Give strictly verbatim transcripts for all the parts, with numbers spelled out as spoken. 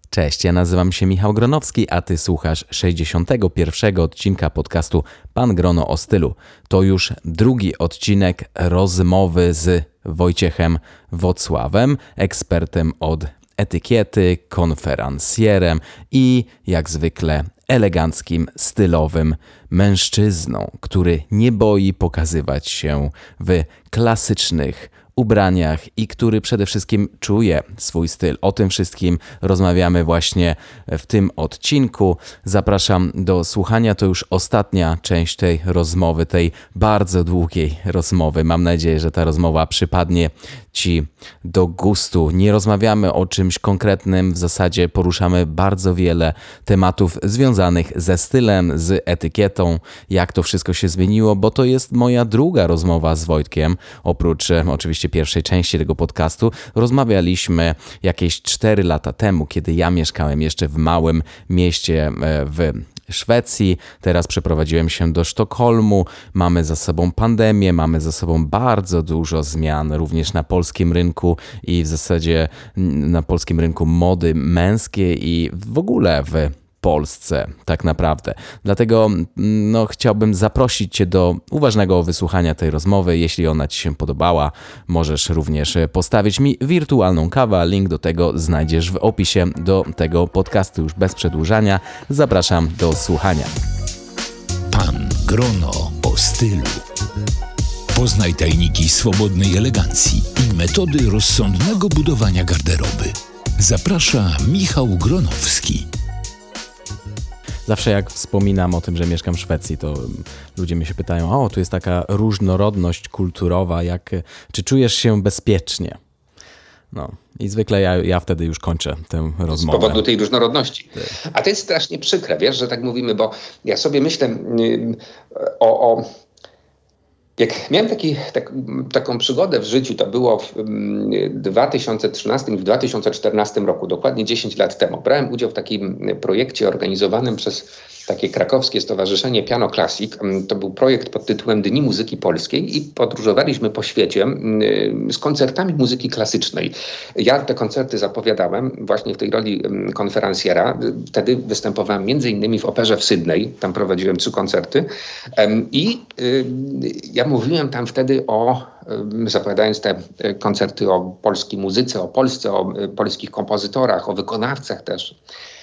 Cześć, ja nazywam się Michał Gronowski, a ty słuchasz sześćdziesiątego pierwszego odcinka podcastu Pan Grono o stylu. To już drugi odcinek rozmowy z Wojciechem Wocławem, ekspertem od etykiety, konferencjerem i jak zwykle eleganckim, stylowym mężczyzną, który nie boi pokazywać się w klasycznych ubraniach i który przede wszystkim czuje swój styl. O tym wszystkim rozmawiamy właśnie w tym odcinku. Zapraszam do słuchania. To już ostatnia część tej rozmowy, tej bardzo długiej rozmowy. Mam nadzieję, że ta rozmowa przypadnie Ci do gustu. Nie rozmawiamy o czymś konkretnym, w zasadzie poruszamy bardzo wiele tematów związanych ze stylem, z etykietą, jak to wszystko się zmieniło, bo to jest moja druga rozmowa z Wojtkiem. Oprócz e, oczywiście pierwszej części tego podcastu rozmawialiśmy jakieś cztery lata temu, kiedy ja mieszkałem jeszcze w małym mieście e, w Szwecji. Teraz przeprowadziłem się do Sztokholmu. Mamy za sobą pandemię, mamy za sobą bardzo dużo zmian również na polskim rynku i w zasadzie na polskim rynku mody męskiej i w ogóle w Polsce tak naprawdę. Dlatego no, chciałbym zaprosić Cię do uważnego wysłuchania tej rozmowy. Jeśli ona Ci się podobała, możesz również postawić mi wirtualną kawę. Link do tego znajdziesz w opisie do tego podcastu. Już bez przedłużania zapraszam do słuchania. Pan Grono o stylu. Poznaj tajniki swobodnej elegancji i metody rozsądnego budowania garderoby. Zaprasza Michał Gronowski. Zawsze jak wspominam o tym, że mieszkam w Szwecji, to ludzie mnie się pytają, o, tu jest taka różnorodność kulturowa, jak, czy czujesz się bezpiecznie? No i zwykle ja, ja wtedy już kończę tę rozmowę. Z powodu tej różnorodności. A to jest strasznie przykre, wiesz, że tak mówimy, bo ja sobie myślę yy, o... o Jak miałem taki, tak, taką przygodę w życiu, to było w dwa tysiące trzynastym i w dwa tysiące czternastym roku, dokładnie dziesięć lat temu. Brałem udział w takim projekcie organizowanym przez takie krakowskie stowarzyszenie Piano Classic. To był projekt pod tytułem Dni Muzyki Polskiej i podróżowaliśmy po świecie z koncertami muzyki klasycznej. Ja te koncerty zapowiadałem właśnie w tej roli konferencjera. Wtedy występowałem między innymi w operze w Sydney. Tam prowadziłem trzy koncerty i ja mówiłem tam wtedy o, zapowiadając te koncerty o polskiej muzyce, o Polsce, o polskich kompozytorach, o wykonawcach też.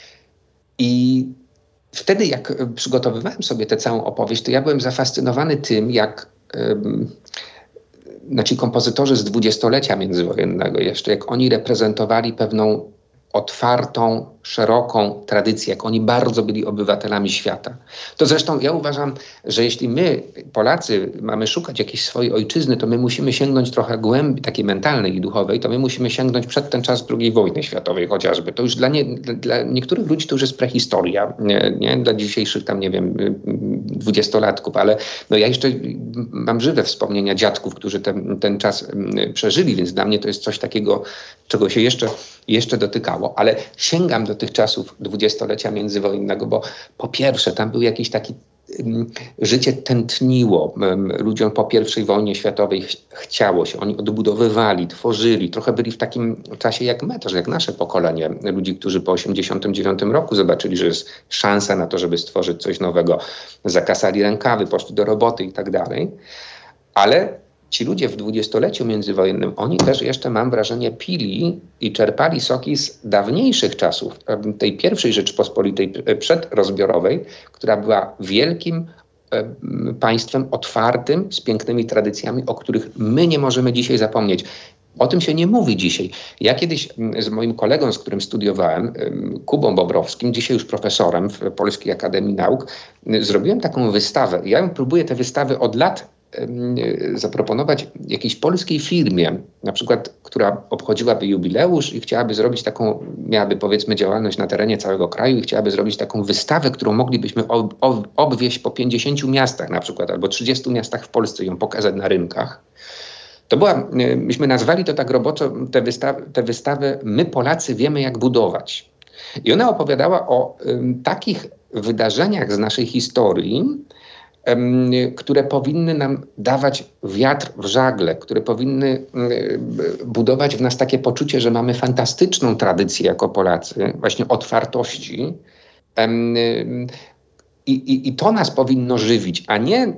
I wtedy jak przygotowywałem sobie tę całą opowieść, to ja byłem zafascynowany tym, jak um, znaczy kompozytorzy z dwudziestolecia międzywojennego jeszcze, jak oni reprezentowali pewną otwartą, szeroką tradycję, jak oni bardzo byli obywatelami świata. To zresztą ja uważam, że jeśli my, Polacy, mamy szukać jakiejś swojej ojczyzny, to my musimy sięgnąć trochę głębi, takiej mentalnej i duchowej, to my musimy sięgnąć przed ten czas drugiej wojny światowej chociażby. To już dla, nie, dla niektórych ludzi to już jest prehistoria, nie, nie? Dla dzisiejszych tam, nie wiem, dwudziestolatków, ale no ja jeszcze mam żywe wspomnienia dziadków, którzy ten, ten czas przeżyli, więc dla mnie to jest coś takiego, czego się jeszcze, jeszcze dotykało. Ale sięgam do tych czasów dwudziestolecia międzywojennego, bo po pierwsze tam był jakiś taki um, życie tętniło um, ludziom po pierwszej wojnie światowej ch- chciało się, oni odbudowywali, tworzyli, trochę byli w takim czasie jak my, też jak nasze pokolenie ludzi, którzy po osiemdziesiątym dziewiątym roku zobaczyli, że jest szansa na to, żeby stworzyć coś nowego, zakasali rękawy, poszli do roboty i tak dalej, ale ci ludzie w dwudziestoleciu międzywojennym, oni też jeszcze, mam wrażenie, pili i czerpali soki z dawniejszych czasów, tej pierwszej Rzeczypospolitej przedrozbiorowej, która była wielkim państwem otwartym, z pięknymi tradycjami, o których my nie możemy dzisiaj zapomnieć. O tym się nie mówi dzisiaj. Ja kiedyś z moim kolegą, z którym studiowałem, Kubą Bobrowskim, dzisiaj już profesorem w Polskiej Akademii Nauk, zrobiłem taką wystawę. Ja ją próbuję tę wystawę od lat zaproponować jakiejś polskiej firmie, na przykład, która obchodziłaby jubileusz i chciałaby zrobić taką, miałaby powiedzmy działalność na terenie całego kraju i chciałaby zrobić taką wystawę, którą moglibyśmy ob, ob, obwieźć po pięćdziesięciu miastach na przykład, albo trzydziestu miastach w Polsce i ją pokazać na rynkach. To była, myśmy nazwali to tak roboczo, tę wystawę, tę wystawę My Polacy wiemy jak budować. I ona opowiadała o um, takich wydarzeniach z naszej historii, które powinny nam dawać wiatr w żagle, które powinny budować w nas takie poczucie, że mamy fantastyczną tradycję jako Polacy, właśnie otwartości. I, i, I to nas powinno żywić, a nie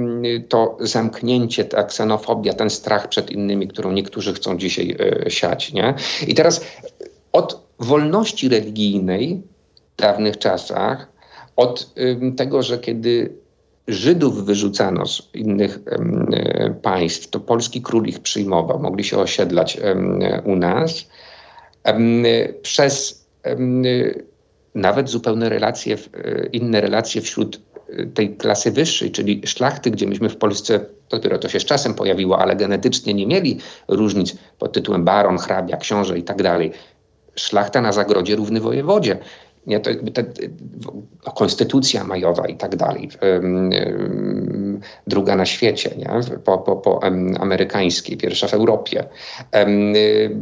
to zamknięcie, ta ksenofobia, ten strach przed innymi, którą niektórzy chcą dzisiaj siać. Nie? I teraz od wolności religijnej w dawnych czasach, od tego, że kiedy Żydów wyrzucano z innych um, państw, to polski król ich przyjmował, mogli się osiedlać um, u nas, um, przez um, nawet zupełne relacje, inne relacje wśród tej klasy wyższej, czyli szlachty, gdzie myśmy w Polsce, dopiero to się z czasem pojawiło, ale genetycznie nie mieli różnic pod tytułem baron, hrabia, książę i tak dalej. Szlachta na zagrodzie równy wojewodzie. Nie, to jakby te, no, konstytucja majowa i tak dalej, um, um, druga na świecie, nie? Po, po, po um, amerykańskiej, pierwsza w Europie. Um,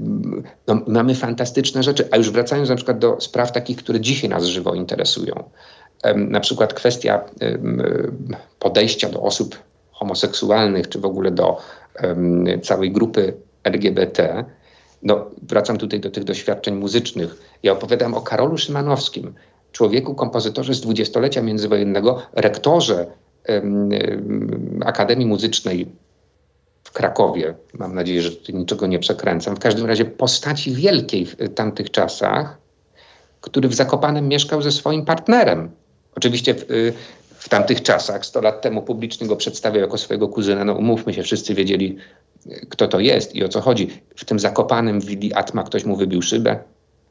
no, mamy fantastyczne rzeczy, a już wracając na przykład do spraw takich, które dzisiaj nas żywo interesują. Um, na przykład kwestia um, podejścia do osób homoseksualnych, czy w ogóle do um, całej grupy L G B T. No, wracam tutaj do tych doświadczeń muzycznych. Ja opowiadam o Karolu Szymanowskim, człowieku, kompozytorze z dwudziestolecia międzywojennego, rektorze um, um, Akademii Muzycznej w Krakowie. Mam nadzieję, że tutaj niczego nie przekręcam. W każdym razie postaci wielkiej w tamtych czasach, który w Zakopanem mieszkał ze swoim partnerem. Oczywiście w, w tamtych czasach, sto lat temu publicznie go przedstawiał jako swojego kuzyna. No umówmy się, wszyscy wiedzieli, kto to jest i o co chodzi. W tym Zakopanem w Willi Atma ktoś mu wybił szybę?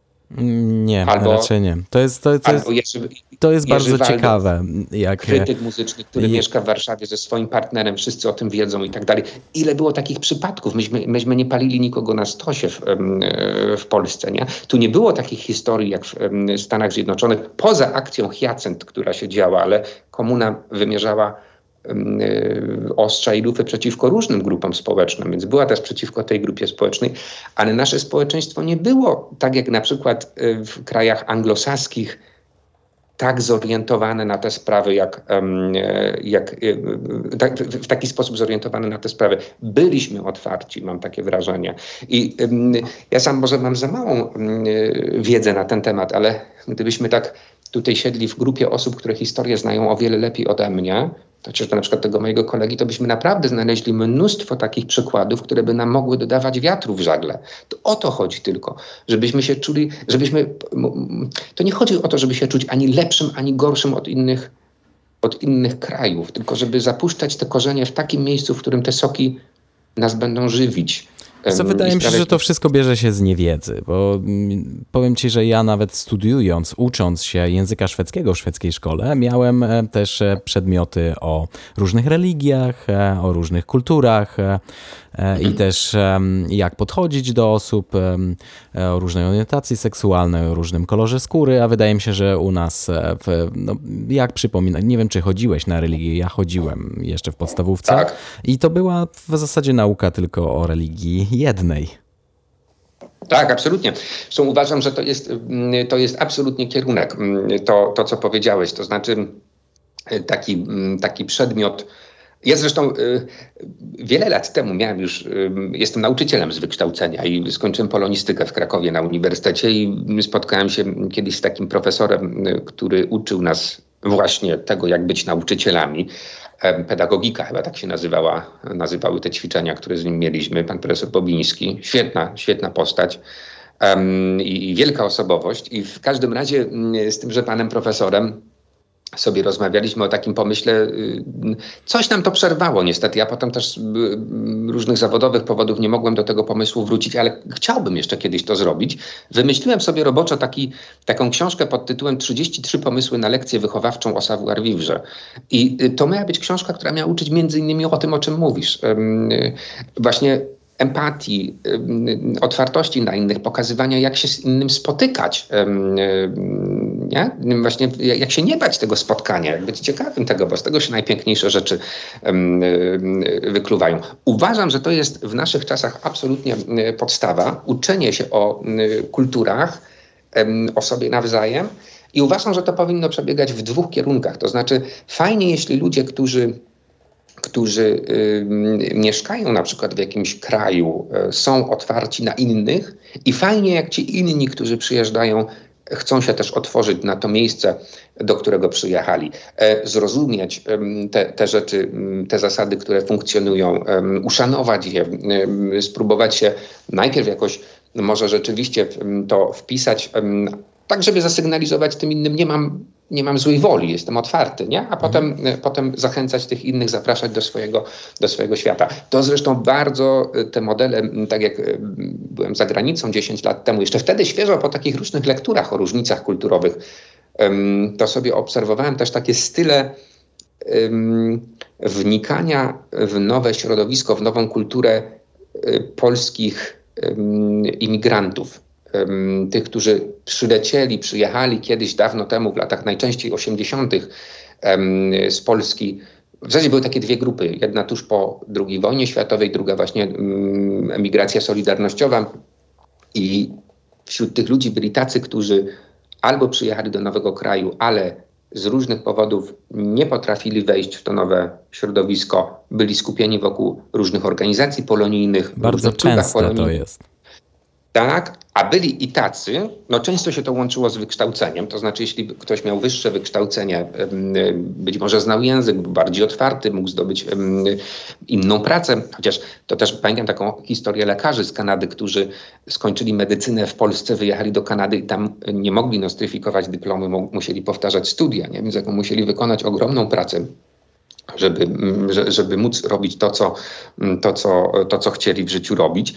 Nie, albo, raczej nie. To jest, to, to jest, Jerzy, to jest Jerzy bardzo Waldo, ciekawe. Jak... krytyk muzyczny, który je... mieszka w Warszawie ze swoim partnerem, wszyscy o tym wiedzą i tak dalej. Ile było takich przypadków? Myśmy, myśmy nie palili nikogo na stosie w, w Polsce. Nie? Tu nie było takich historii jak w Stanach Zjednoczonych, poza akcją Hyacynt, która się działa, ale komuna wymierzała ostrza i lufy przeciwko różnym grupom społecznym, więc była też przeciwko tej grupie społecznej, ale nasze społeczeństwo nie było tak jak na przykład w krajach anglosaskich tak zorientowane na te sprawy, jak, jak tak, w taki sposób zorientowane na te sprawy. Byliśmy otwarci, mam takie wrażenie. I ja sam może mam za małą wiedzę na ten temat, ale gdybyśmy tak tutaj siedli w grupie osób, które historię znają o wiele lepiej ode mnie, to chociażby na przykład tego mojego kolegi, to byśmy naprawdę znaleźli mnóstwo takich przykładów, które by nam mogły dodawać wiatru w żagle. To o to chodzi tylko, żebyśmy się czuli, żebyśmy... To nie chodzi o to, żeby się czuć ani lepszym, ani gorszym od innych, od innych krajów, tylko żeby zapuszczać te korzenie w takim miejscu, w którym te soki nas będą żywić. Co wydaje mi się, że to wszystko bierze się z niewiedzy, bo powiem ci, że ja nawet studiując, ucząc się języka szwedzkiego w szwedzkiej szkole, miałem też przedmioty o różnych religiach, o różnych kulturach i też jak podchodzić do osób o różnej orientacji seksualnej, o różnym kolorze skóry, a wydaje mi się, że u nas, w, no, jak przypominam, nie wiem, czy chodziłeś na religię, ja chodziłem jeszcze w podstawówce tak. I to była w zasadzie nauka tylko o religii jednej. Tak, absolutnie. Zresztą uważam, że to jest, to jest absolutnie kierunek, to, to co powiedziałeś, to znaczy taki, taki przedmiot. Ja zresztą y, wiele lat temu miałem już, y, jestem nauczycielem z wykształcenia i skończyłem polonistykę w Krakowie na uniwersytecie i spotkałem się kiedyś z takim profesorem, y, który uczył nas właśnie tego, jak być nauczycielami. E, pedagogika chyba tak się nazywała, nazywały te ćwiczenia, które z nim mieliśmy. Pan profesor Bobiński, świetna, świetna postać um, i, i wielka osobowość. I w każdym razie y, z tymże panem profesorem sobie rozmawialiśmy o takim pomyśle. Coś nam to przerwało niestety. Ja potem też z różnych zawodowych powodów nie mogłem do tego pomysłu wrócić, ale chciałbym jeszcze kiedyś to zrobić. Wymyśliłem sobie roboczo taki, taką książkę pod tytułem trzydzieści trzy pomysły na lekcję wychowawczą o savoir-vivre. I to miała być książka, która miała uczyć między innymi o tym, o czym mówisz. Właśnie empatii, otwartości na innych, pokazywania, jak się z innym spotykać. Nie? Właśnie jak się nie bać tego spotkania, jak być ciekawym tego, bo z tego się najpiękniejsze rzeczy wykluwają. Uważam, że to jest w naszych czasach absolutnie podstawa. Uczenie się o kulturach o sobie nawzajem i uważam, że to powinno przebiegać w dwóch kierunkach. To znaczy fajnie, jeśli ludzie, którzy którzy y, mieszkają na przykład w jakimś kraju, y, są otwarci na innych i fajnie jak ci inni, którzy przyjeżdżają, chcą się też otworzyć na to miejsce, do którego przyjechali, e, zrozumieć e, te, te rzeczy, te zasady, które funkcjonują, e, uszanować je, e, spróbować się najpierw jakoś może rzeczywiście to wpisać, e, tak żeby zasygnalizować tym innym, nie mam, nie mam złej woli, jestem otwarty, nie? A potem, e, potem zachęcać tych innych, zapraszać do swojego, do swojego świata. To zresztą bardzo te modele, tak jak byłem za granicą dziesięć lat temu, jeszcze wtedy świeżo po takich różnych lekturach o różnicach kulturowych, to sobie obserwowałem też takie style um, wnikania w nowe środowisko, w nową kulturę y, polskich um, imigrantów. Um, tych, którzy przylecieli, przyjechali kiedyś dawno temu, w latach najczęściej osiemdziesiątych um, z Polski. W zasadzie były takie dwie grupy. Jedna tuż po drugiej wojnie światowej, druga właśnie um, emigracja solidarnościowa. I wśród tych ludzi byli tacy, którzy albo przyjechali do nowego kraju, ale z różnych powodów nie potrafili wejść w to nowe środowisko, byli skupieni wokół różnych organizacji polonijnych. Bardzo często to jest. Tak, a byli i tacy, no często się to łączyło z wykształceniem, to znaczy jeśli ktoś miał wyższe wykształcenie, być może znał język, był bardziej otwarty, mógł zdobyć inną pracę, chociaż to też pamiętam taką historię lekarzy z Kanady, którzy skończyli medycynę w Polsce, wyjechali do Kanady i tam nie mogli nostryfikować dyplomy, musieli powtarzać studia, nie? Więc jaką musieli wykonać ogromną pracę, żeby, żeby móc robić to co, to, co, to, co chcieli w życiu robić.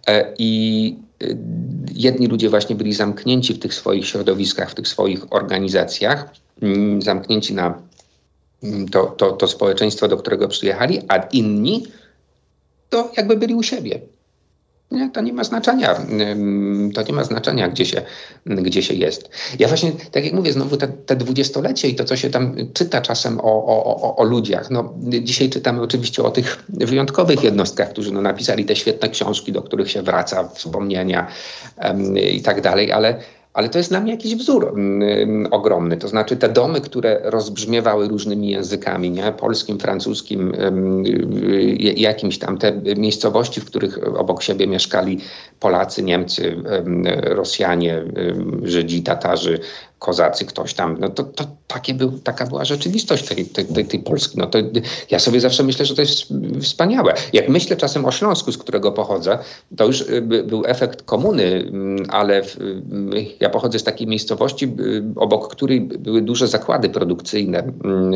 I jedni ludzie właśnie byli zamknięci w tych swoich środowiskach, w tych swoich organizacjach, zamknięci na to, to, to społeczeństwo, do którego przyjechali, a inni to jakby byli u siebie. Nie, to nie ma znaczenia, to nie ma znaczenia, gdzie się, gdzie się jest. Ja właśnie, tak jak mówię, znowu te, te dwudziestolecie i to, co się tam czyta czasem o, o, o, o ludziach. No, dzisiaj czytamy oczywiście o tych wyjątkowych jednostkach, którzy no, napisali te świetne książki, do których się wraca, wspomnienia um, i tak dalej, ale Ale to jest dla mnie jakiś wzór um, ogromny. To znaczy te domy, które rozbrzmiewały różnymi językami, nie? Polskim, francuskim, um, jakimś tam te miejscowości, w których obok siebie mieszkali Polacy, Niemcy, um, Rosjanie, um, Żydzi, Tatarzy, Kozacy, ktoś tam. No to, to takie był, taka była rzeczywistość tej, tej, tej, tej Polski. No to ja sobie zawsze myślę, że to jest wspaniałe. Jak myślę czasem o Śląsku, z którego pochodzę, to już by, był efekt komuny, ale w, ja pochodzę z takiej miejscowości, obok której były duże zakłady produkcyjne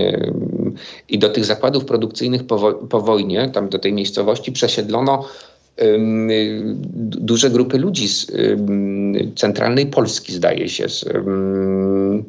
i do tych zakładów produkcyjnych po, wo- po wojnie, tam do tej miejscowości przesiedlono um, duże grupy ludzi z um, centralnej Polski, zdaje się. Z, um,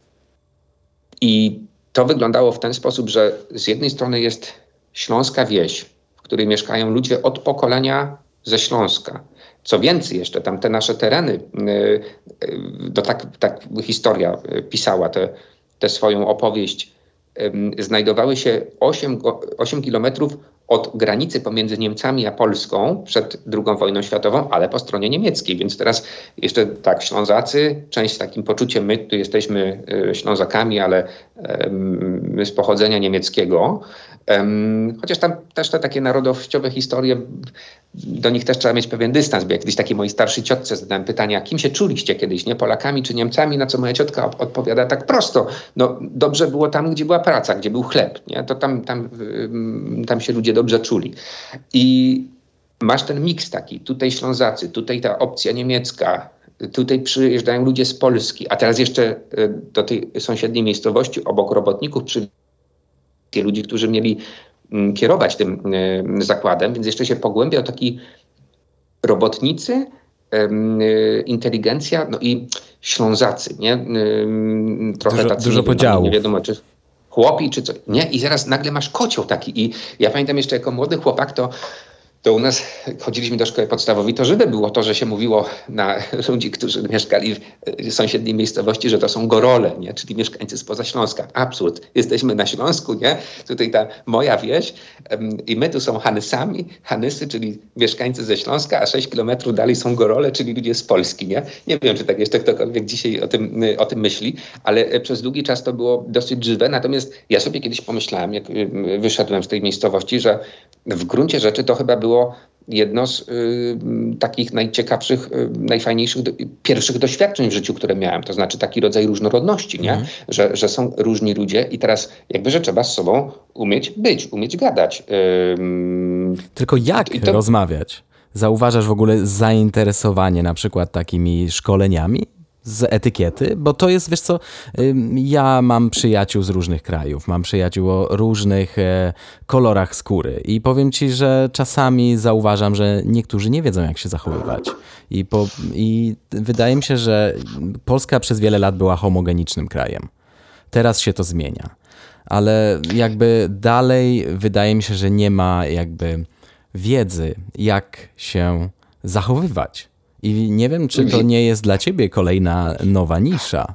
I to wyglądało w ten sposób, że z jednej strony jest śląska wieś, w której mieszkają ludzie od pokolenia ze Śląska. Co więcej, jeszcze tam te nasze tereny, to tak, tak historia pisała tę swoją opowieść, znajdowały się osiem kilometrów od granicy pomiędzy Niemcami a Polską przed drugą wojną światową, ale po stronie niemieckiej. Więc teraz jeszcze tak, Ślązacy, część z takim poczuciem, my tu jesteśmy Ślązakami, ale my z pochodzenia niemieckiego. Um, chociaż tam też te takie narodowościowe historie, do nich też trzeba mieć pewien dystans, bo jak kiedyś takiej mojej starszej ciotce zadałem pytanie, a kim się czuliście kiedyś, nie? Polakami czy Niemcami? Na co moja ciotka op- odpowiada tak prosto. No dobrze było tam, gdzie była praca, gdzie był chleb, nie? To tam, tam, ym, tam się ludzie dobrze czuli. I masz ten miks taki, tutaj Ślązacy, tutaj ta opcja niemiecka, tutaj przyjeżdżają ludzie z Polski, a teraz jeszcze y, do tej sąsiedniej miejscowości obok robotników przy ludzi, którzy mieli m, kierować tym y, zakładem, więc jeszcze się pogłębiał taki robotnicy, y, inteligencja, no i Ślązacy, nie? Y, trochę dużo, tacy, dużo nie, podziałów. Nie wiadomo, czy chłopi, czy coś. Nie? I zaraz nagle masz kocioł taki. I ja pamiętam jeszcze jako młody chłopak, to to u nas chodziliśmy do szkoły podstawowej, to żywe było to, że się mówiło na ludzi, którzy mieszkali w sąsiedniej miejscowości, że to są gorole, nie? Czyli mieszkańcy spoza Śląska. Absurd. Jesteśmy na Śląsku, nie? Tutaj ta moja wieś um, i my tu są Hanysami, Hanysy, czyli mieszkańcy ze Śląska, a sześć kilometrów dalej są gorole, czyli ludzie z Polski, nie? Nie wiem, czy tak jeszcze ktokolwiek dzisiaj o tym, o tym myśli, ale przez długi czas to było dosyć żywe. Natomiast ja sobie kiedyś pomyślałem, jak wyszedłem z tej miejscowości, że w gruncie rzeczy to chyba było jedno z y, takich najciekawszych, y, najfajniejszych, do, pierwszych doświadczeń w życiu, które miałem. To znaczy taki rodzaj różnorodności, nie? Mm. Że, że są różni ludzie i teraz jakby, że trzeba z sobą umieć być, umieć gadać. Ym... Tylko jak to... rozmawiać? Zauważasz w ogóle zainteresowanie na przykład takimi szkoleniami z etykiety? Bo to jest, wiesz co, ja mam przyjaciół z różnych krajów, mam przyjaciół o różnych e, kolorach skóry i powiem ci, że czasami zauważam, że niektórzy nie wiedzą, jak się zachowywać. I, po, i wydaje mi się, że Polska przez wiele lat była homogenicznym krajem. Teraz się to zmienia. Ale jakby dalej wydaje mi się, że nie ma jakby wiedzy, jak się zachowywać. I nie wiem, czy to nie jest dla ciebie kolejna nowa nisza.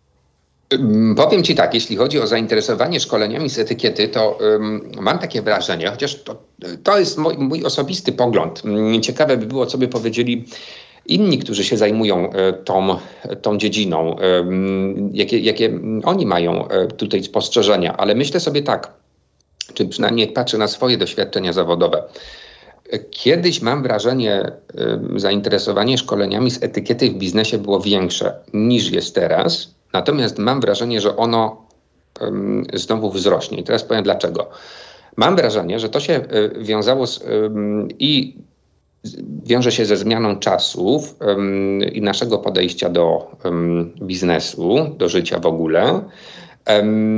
Powiem ci tak, jeśli chodzi o zainteresowanie szkoleniami z etykiety, to um, mam takie wrażenie, chociaż to, to jest mój, mój osobisty pogląd. Ciekawe by było, co by powiedzieli inni, którzy się zajmują tą, tą dziedziną, um, jakie, jakie oni mają tutaj spostrzeżenia. Ale myślę sobie tak, czy przynajmniej jak patrzę na swoje doświadczenia zawodowe, kiedyś mam wrażenie, y, zainteresowanie szkoleniami z etykiety w biznesie było większe niż jest teraz. Natomiast mam wrażenie, że ono y, znowu wzrośnie. I teraz powiem dlaczego. Mam wrażenie, że to się y, wiązało z, y, i wiąże się ze zmianą czasów y, i naszego podejścia do y, biznesu, do życia w ogóle. Y,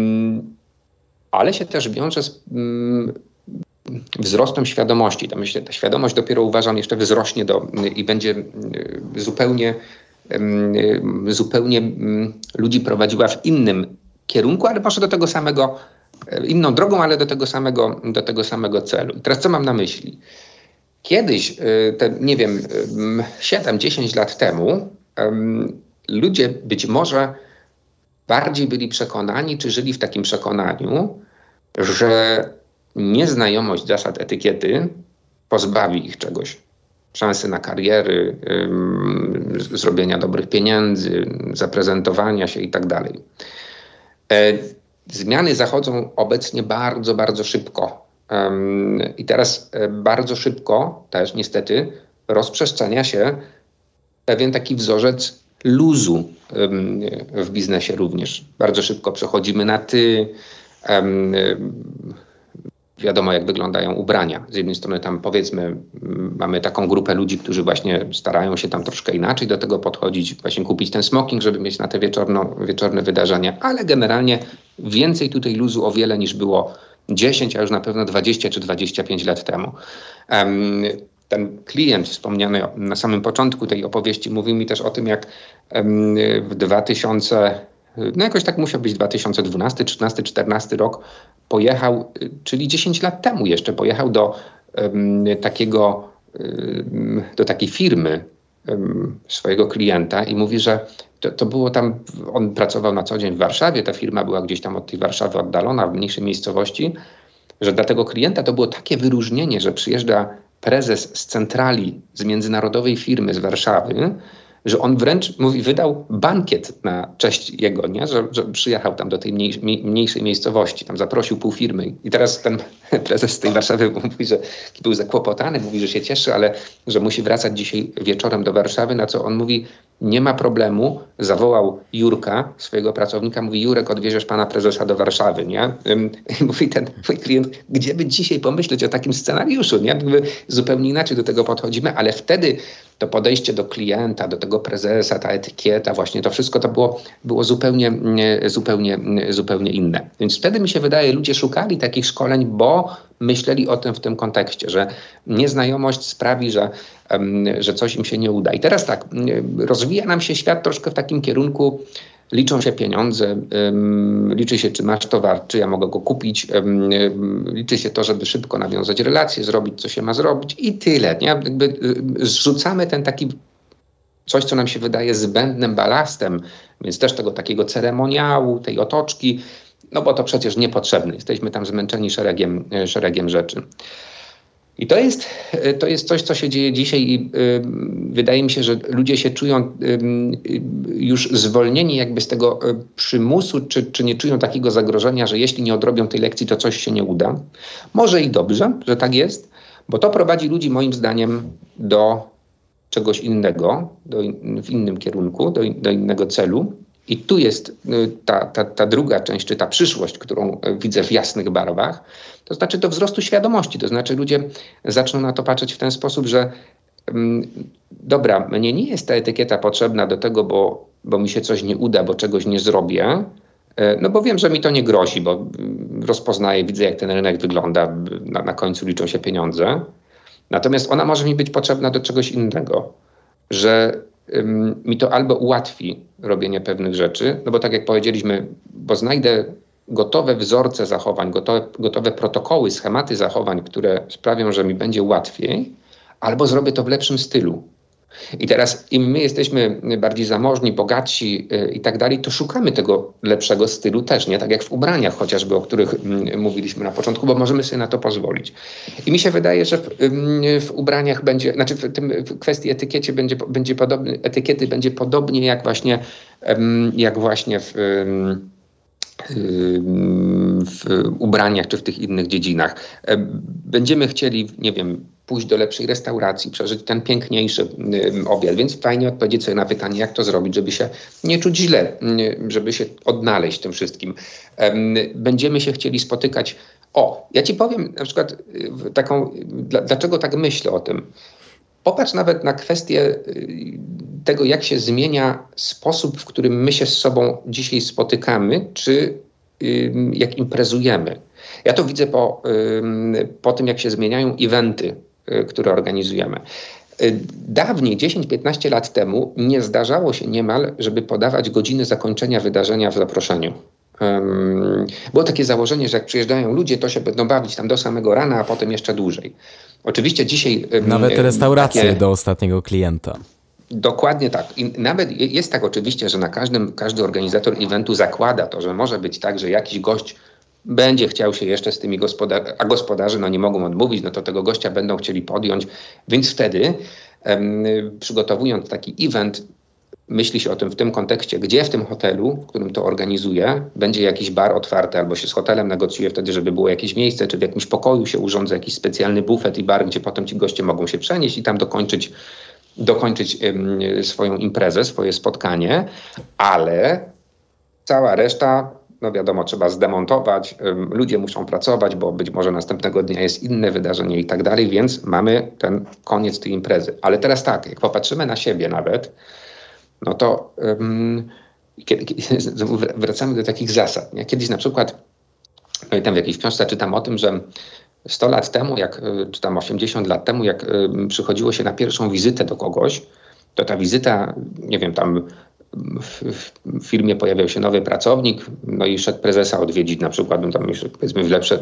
ale się też wiąże z y, wzrostem świadomości. To myślę, ta świadomość dopiero uważam jeszcze wzrośnie do, i będzie zupełnie, zupełnie ludzi prowadziła w innym kierunku, ale może do tego samego, inną drogą, ale do tego samego, do tego samego celu. I teraz co mam na myśli? Kiedyś, te, nie wiem, siedem dziesięć lat temu ludzie być może bardziej byli przekonani, czy żyli w takim przekonaniu, że nieznajomość zasad etykiety pozbawi ich czegoś. Szansy na kariery, ym, zrobienia dobrych pieniędzy, zaprezentowania się i tak dalej. E, zmiany zachodzą obecnie bardzo, bardzo szybko. Ym, I teraz e, bardzo szybko też niestety rozprzestrzenia się pewien taki wzorzec luzu ym, w biznesie również. Bardzo szybko przechodzimy na ty. Ym, Wiadomo, jak wyglądają ubrania. Z jednej strony tam powiedzmy mamy taką grupę ludzi, którzy właśnie starają się tam troszkę inaczej do tego podchodzić, właśnie kupić ten smoking, żeby mieć na te wieczorno, wieczorne wydarzenia, ale generalnie więcej tutaj luzu o wiele niż było dziesięć, a już na pewno dwadzieścia czy dwadzieścia pięć lat temu. Um, ten klient wspomniany na samym początku tej opowieści mówił mi też o tym, jak um, w dwa tysiące No jakoś tak musiał być dwa tysiące dwunasty, trzynasty, czternasty rok, pojechał, czyli dziesięć lat temu jeszcze, pojechał do um, takiego, um, do takiej firmy um, swojego klienta i mówi, że to, to było tam, on pracował na co dzień w Warszawie, ta firma była gdzieś tam od tej Warszawy oddalona, w mniejszej miejscowości, że dla tego klienta to było takie wyróżnienie, że przyjeżdża prezes z centrali, z międzynarodowej firmy z Warszawy, że on wręcz, mówi, wydał bankiet na cześć jego, nie? Że, że przyjechał tam do tej mniej, mniejszej miejscowości, tam zaprosił pół firmy. I teraz ten prezes z tej Warszawy mówi, że był zakłopotany, mówi, że się cieszy, ale że musi wracać dzisiaj wieczorem do Warszawy, na co on mówi, nie ma problemu, zawołał Jurka, swojego pracownika, mówi, Jurek, odwieziesz pana prezesa do Warszawy, nie? I mówi ten mój klient, gdzie by dzisiaj pomyśleć o takim scenariuszu, nie? My zupełnie inaczej do tego podchodzimy, ale wtedy to podejście do klienta, do tego prezesa, ta etykieta, właśnie to wszystko to było, było zupełnie, zupełnie, zupełnie inne. Więc wtedy mi się wydaje, ludzie szukali takich szkoleń, bo myśleli o tym w tym kontekście, że nieznajomość sprawi, że, że coś im się nie uda. I teraz tak, rozwija nam się świat troszkę w takim kierunku, liczą się pieniądze, liczy się, czy masz towar, czy ja mogę go kupić, liczy się to, żeby szybko nawiązać relacje, zrobić, co się ma zrobić i tyle. Nie? Jakby zrzucamy ten taki coś, co nam się wydaje zbędnym balastem, więc też tego takiego ceremoniału, tej otoczki, no bo to przecież niepotrzebne. Jesteśmy tam zmęczeni szeregiem, szeregiem rzeczy. I to jest, to jest coś, co się dzieje dzisiaj i y, wydaje mi się, że ludzie się czują y, y, już zwolnieni jakby z tego y, przymusu, czy, czy nie czują takiego zagrożenia, że jeśli nie odrobią tej lekcji, to coś się nie uda. Może i dobrze, że tak jest, bo to prowadzi ludzi moim zdaniem do czegoś innego, do, w innym kierunku, do, do innego celu. I tu jest y, ta, ta, ta druga część, czy ta przyszłość, którą y, widzę w jasnych barwach, to znaczy do wzrostu świadomości. To znaczy ludzie zaczną na to patrzeć w ten sposób, że ym, dobra, mnie nie jest ta etykieta potrzebna do tego, bo, bo mi się coś nie uda, bo czegoś nie zrobię, y, no bo wiem, że mi to nie grozi, bo y, rozpoznaję, widzę, jak ten rynek wygląda, na, na końcu liczą się pieniądze. Natomiast ona może mi być potrzebna do czegoś innego, że ym, mi to albo ułatwi robienie pewnych rzeczy, no bo tak jak powiedzieliśmy, bo znajdę gotowe wzorce zachowań, gotowe, gotowe protokoły, schematy zachowań, które sprawią, że mi będzie łatwiej, albo zrobię to w lepszym stylu. I teraz im my jesteśmy bardziej zamożni, bogatsi yy, i tak dalej, to szukamy tego lepszego stylu też, nie? Tak jak w ubraniach chociażby, o których yy, mówiliśmy na początku, bo możemy sobie na to pozwolić. I mi się wydaje, że w, yy, w ubraniach będzie, znaczy w, tym, w kwestii etykiecie będzie, będzie podobny, etykiety będzie podobnie jak właśnie, yy, jak właśnie w... Yy, w ubraniach czy w tych innych dziedzinach. Będziemy chcieli, nie wiem, pójść do lepszej restauracji, przeżyć ten piękniejszy obiad, więc fajnie odpowiedzieć sobie na pytanie, jak to zrobić, żeby się nie czuć źle, żeby się odnaleźć w tym wszystkim. Będziemy się chcieli spotykać. O, ja ci powiem na przykład taką, dlaczego tak myślę o tym. Popatrz nawet na kwestię tego, jak się zmienia sposób, w którym my się z sobą dzisiaj spotykamy, czy jak imprezujemy. Ja to widzę po, po tym, jak się zmieniają eventy, które organizujemy. Dawniej, dziesięć piętnaście lat temu, nie zdarzało się niemal, żeby podawać godziny zakończenia wydarzenia w zaproszeniu. Um, było takie założenie, że jak przyjeżdżają ludzie, to się będą bawić tam do samego rana, a potem jeszcze dłużej. Oczywiście dzisiaj... Um, Nawet restauracje takie... do ostatniego klienta. Dokładnie tak. I nawet jest tak oczywiście, że na każdym, każdy organizator eventu zakłada to, że może być tak, że jakiś gość będzie chciał się jeszcze z tymi gospodarzami, a gospodarze no nie mogą odmówić, no to tego gościa będą chcieli podjąć, więc wtedy um, przygotowując taki event, myśli się o tym w tym kontekście, gdzie w tym hotelu, w którym to organizuje, będzie jakiś bar otwarty, albo się z hotelem negocjuje wtedy, żeby było jakieś miejsce, czy w jakimś pokoju się urządza jakiś specjalny bufet i bar, gdzie potem ci goście mogą się przenieść i tam dokończyć, dokończyć ym, swoją imprezę, swoje spotkanie, ale cała reszta, no wiadomo, trzeba zdemontować, ym, ludzie muszą pracować, bo być może następnego dnia jest inne wydarzenie i tak dalej, więc mamy ten koniec tej imprezy. Ale teraz tak, jak popatrzymy na siebie nawet, no to um, kiedy, kiedy, wracamy do takich zasad. Nie? Kiedyś na przykład, no i tam w jakiejś książce czytam o tym, że sto lat temu, jak, czy tam osiemdziesiąt lat temu, jak um, przychodziło się na pierwszą wizytę do kogoś, to ta wizyta, nie wiem, tam w, w firmie pojawiał się nowy pracownik, no i szedł prezesa odwiedzić na przykład, no tam już powiedzmy w lepsze,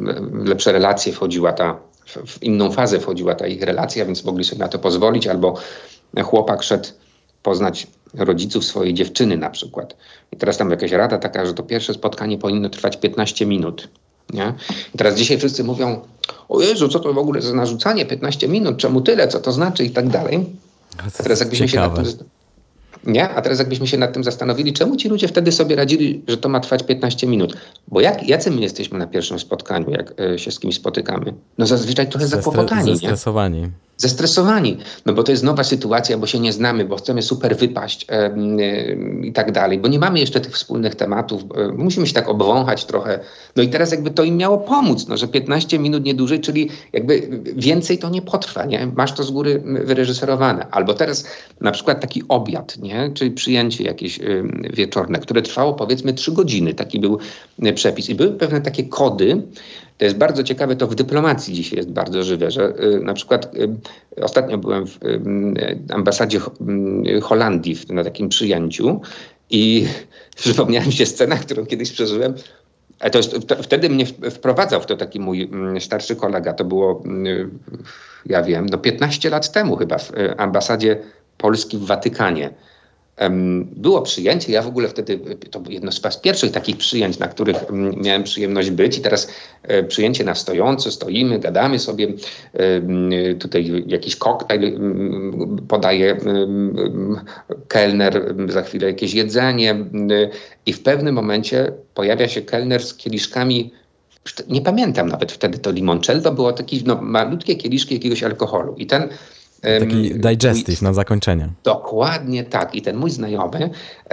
w lepsze relacje wchodziła ta, w inną fazę wchodziła ta ich relacja, więc mogli sobie na to pozwolić, albo chłopak szedł poznać rodziców swojej dziewczyny na przykład. I teraz tam jakaś rada taka, że to pierwsze spotkanie powinno trwać piętnaście minut. Nie? I teraz dzisiaj wszyscy mówią, o Jezu, co to w ogóle za narzucanie piętnaście minut, czemu tyle, co to znaczy i tak dalej. A teraz jakbyśmy się nad tym, nie? A teraz jakbyśmy się nad tym zastanowili, czemu ci ludzie wtedy sobie radzili, że to ma trwać piętnaście minut? Bo jak, jacy my jesteśmy na pierwszym spotkaniu, jak y, się z kimś spotykamy? No zazwyczaj trochę Zestre- zakłopotani. Zestresowani. Nie? Zestresowani, no bo to jest nowa sytuacja, bo się nie znamy, bo chcemy super wypaść e, e, i tak dalej, bo nie mamy jeszcze tych wspólnych tematów, e, musimy się tak obwąchać trochę. No i teraz jakby to im miało pomóc, no, że piętnaście minut nie dłużej, czyli jakby więcej to nie potrwa, nie? Masz to z góry wyreżyserowane. Albo teraz na przykład taki obiad, nie? Czyli przyjęcie jakieś e, wieczorne, które trwało powiedzmy trzy godziny, taki był e, przepis i były pewne takie kody. To jest bardzo ciekawe, to w dyplomacji dzisiaj jest bardzo żywe, że y, na przykład y, ostatnio byłem w y, ambasadzie y, Holandii w, na takim przyjęciu I przypomniała mi się scena, którą kiedyś przeżyłem. To jest, wtedy mnie wprowadzał w to taki mój starszy kolega. To było, ja wiem, no piętnaście lat temu chyba w ambasadzie Polski w Watykanie. Było przyjęcie, ja w ogóle wtedy, to było jedno z pierwszych takich przyjęć, na których miałem przyjemność być i teraz przyjęcie na stojąco, stoimy, gadamy sobie, tutaj jakiś koktajl podaje kelner, za chwilę jakieś jedzenie i w pewnym momencie pojawia się kelner z kieliszkami, nie pamiętam nawet wtedy, to limoncello było takie no, malutkie kieliszki jakiegoś alkoholu i ten taki digestive na zakończenie. Dokładnie tak. I ten mój znajomy,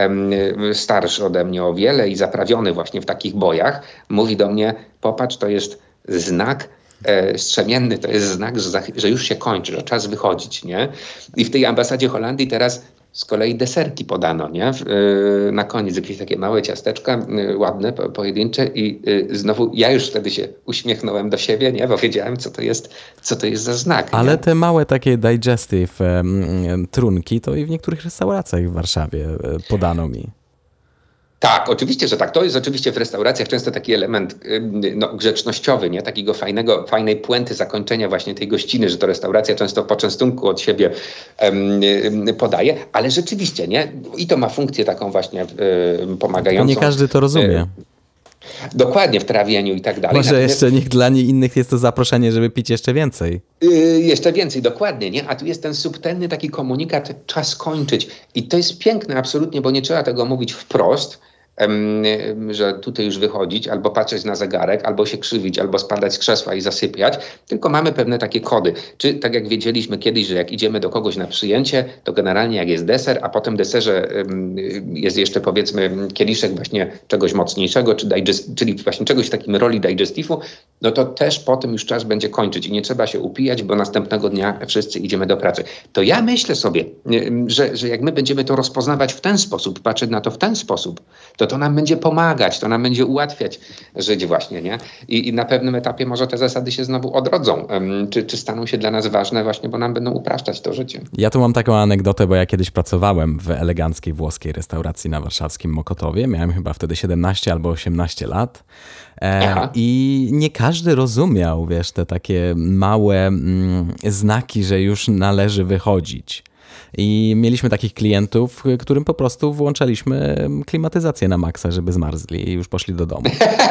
starszy ode mnie o wiele i zaprawiony właśnie w takich bojach, mówi do mnie, popatrz, to jest znak e, strzemienny, to jest znak, że, za, że już się kończy, że czas wychodzić, nie? I w tej ambasadzie Holandii teraz z kolei deserki podano, nie? W, y, na koniec jakieś takie małe ciasteczka, y, ładne, po, pojedyncze i y, znowu ja już wtedy się uśmiechnąłem do siebie, nie? Bo wiedziałem, co to jest, co to jest za znak. Ale nie? te małe takie digestive um, trunki to i w niektórych restauracjach w Warszawie podano mi. Tak, oczywiście, że tak. To jest oczywiście w restauracjach często taki element no, grzecznościowy, nie? Takiego fajnego, fajnej puenty zakończenia właśnie tej gościny, że to restauracja często po częstunku od siebie um, podaje, ale rzeczywiście, nie? I to ma funkcję taką właśnie um, pomagającą. To nie każdy to rozumie. Um, Dokładnie, w trawieniu i tak dalej. Może Natomiast, jeszcze niech dla innych jest to zaproszenie, żeby pić jeszcze więcej. Yy, jeszcze więcej, dokładnie, nie? A tu jest ten subtelny taki komunikat, czas kończyć. I to jest piękne absolutnie, bo nie trzeba tego mówić wprost, um, że tutaj już wychodzić, albo patrzeć na zegarek, albo się krzywić, albo spadać z krzesła i zasypiać, tylko mamy pewne takie kody. Czy tak jak wiedzieliśmy kiedyś, że jak idziemy do kogoś na przyjęcie, to generalnie jak jest deser, a potem deserze um, jest jeszcze powiedzmy kieliszek właśnie czegoś mocniejszego, czy digest, czyli właśnie czegoś w takim roli digestivu, no to też potem już czas będzie kończyć i nie trzeba się upijać, bo następnego dnia wszyscy idziemy do pracy. To ja myślę sobie, że, że jak my będziemy to rozpoznawać w ten sposób, patrzeć na to w ten sposób, to to nam będzie pomagać, to nam będzie ułatwiać żyć właśnie, nie? I, i na pewnym etapie może te zasady się znowu odrodzą, um, czy, czy staną się dla nas ważne właśnie, bo nam będą upraszczać to życie. Ja tu mam taką anegdotę, bo ja kiedyś pracowałem w eleganckiej włoskiej restauracji na warszawskim Mokotowie. Miałem chyba wtedy siedemnaście albo osiemnaście lat. E, I nie każdy rozumiał, wiesz, te takie małe mm, znaki, że już należy wychodzić. I mieliśmy takich klientów, którym po prostu włączaliśmy klimatyzację na maksa, żeby zmarzli i już poszli do domu.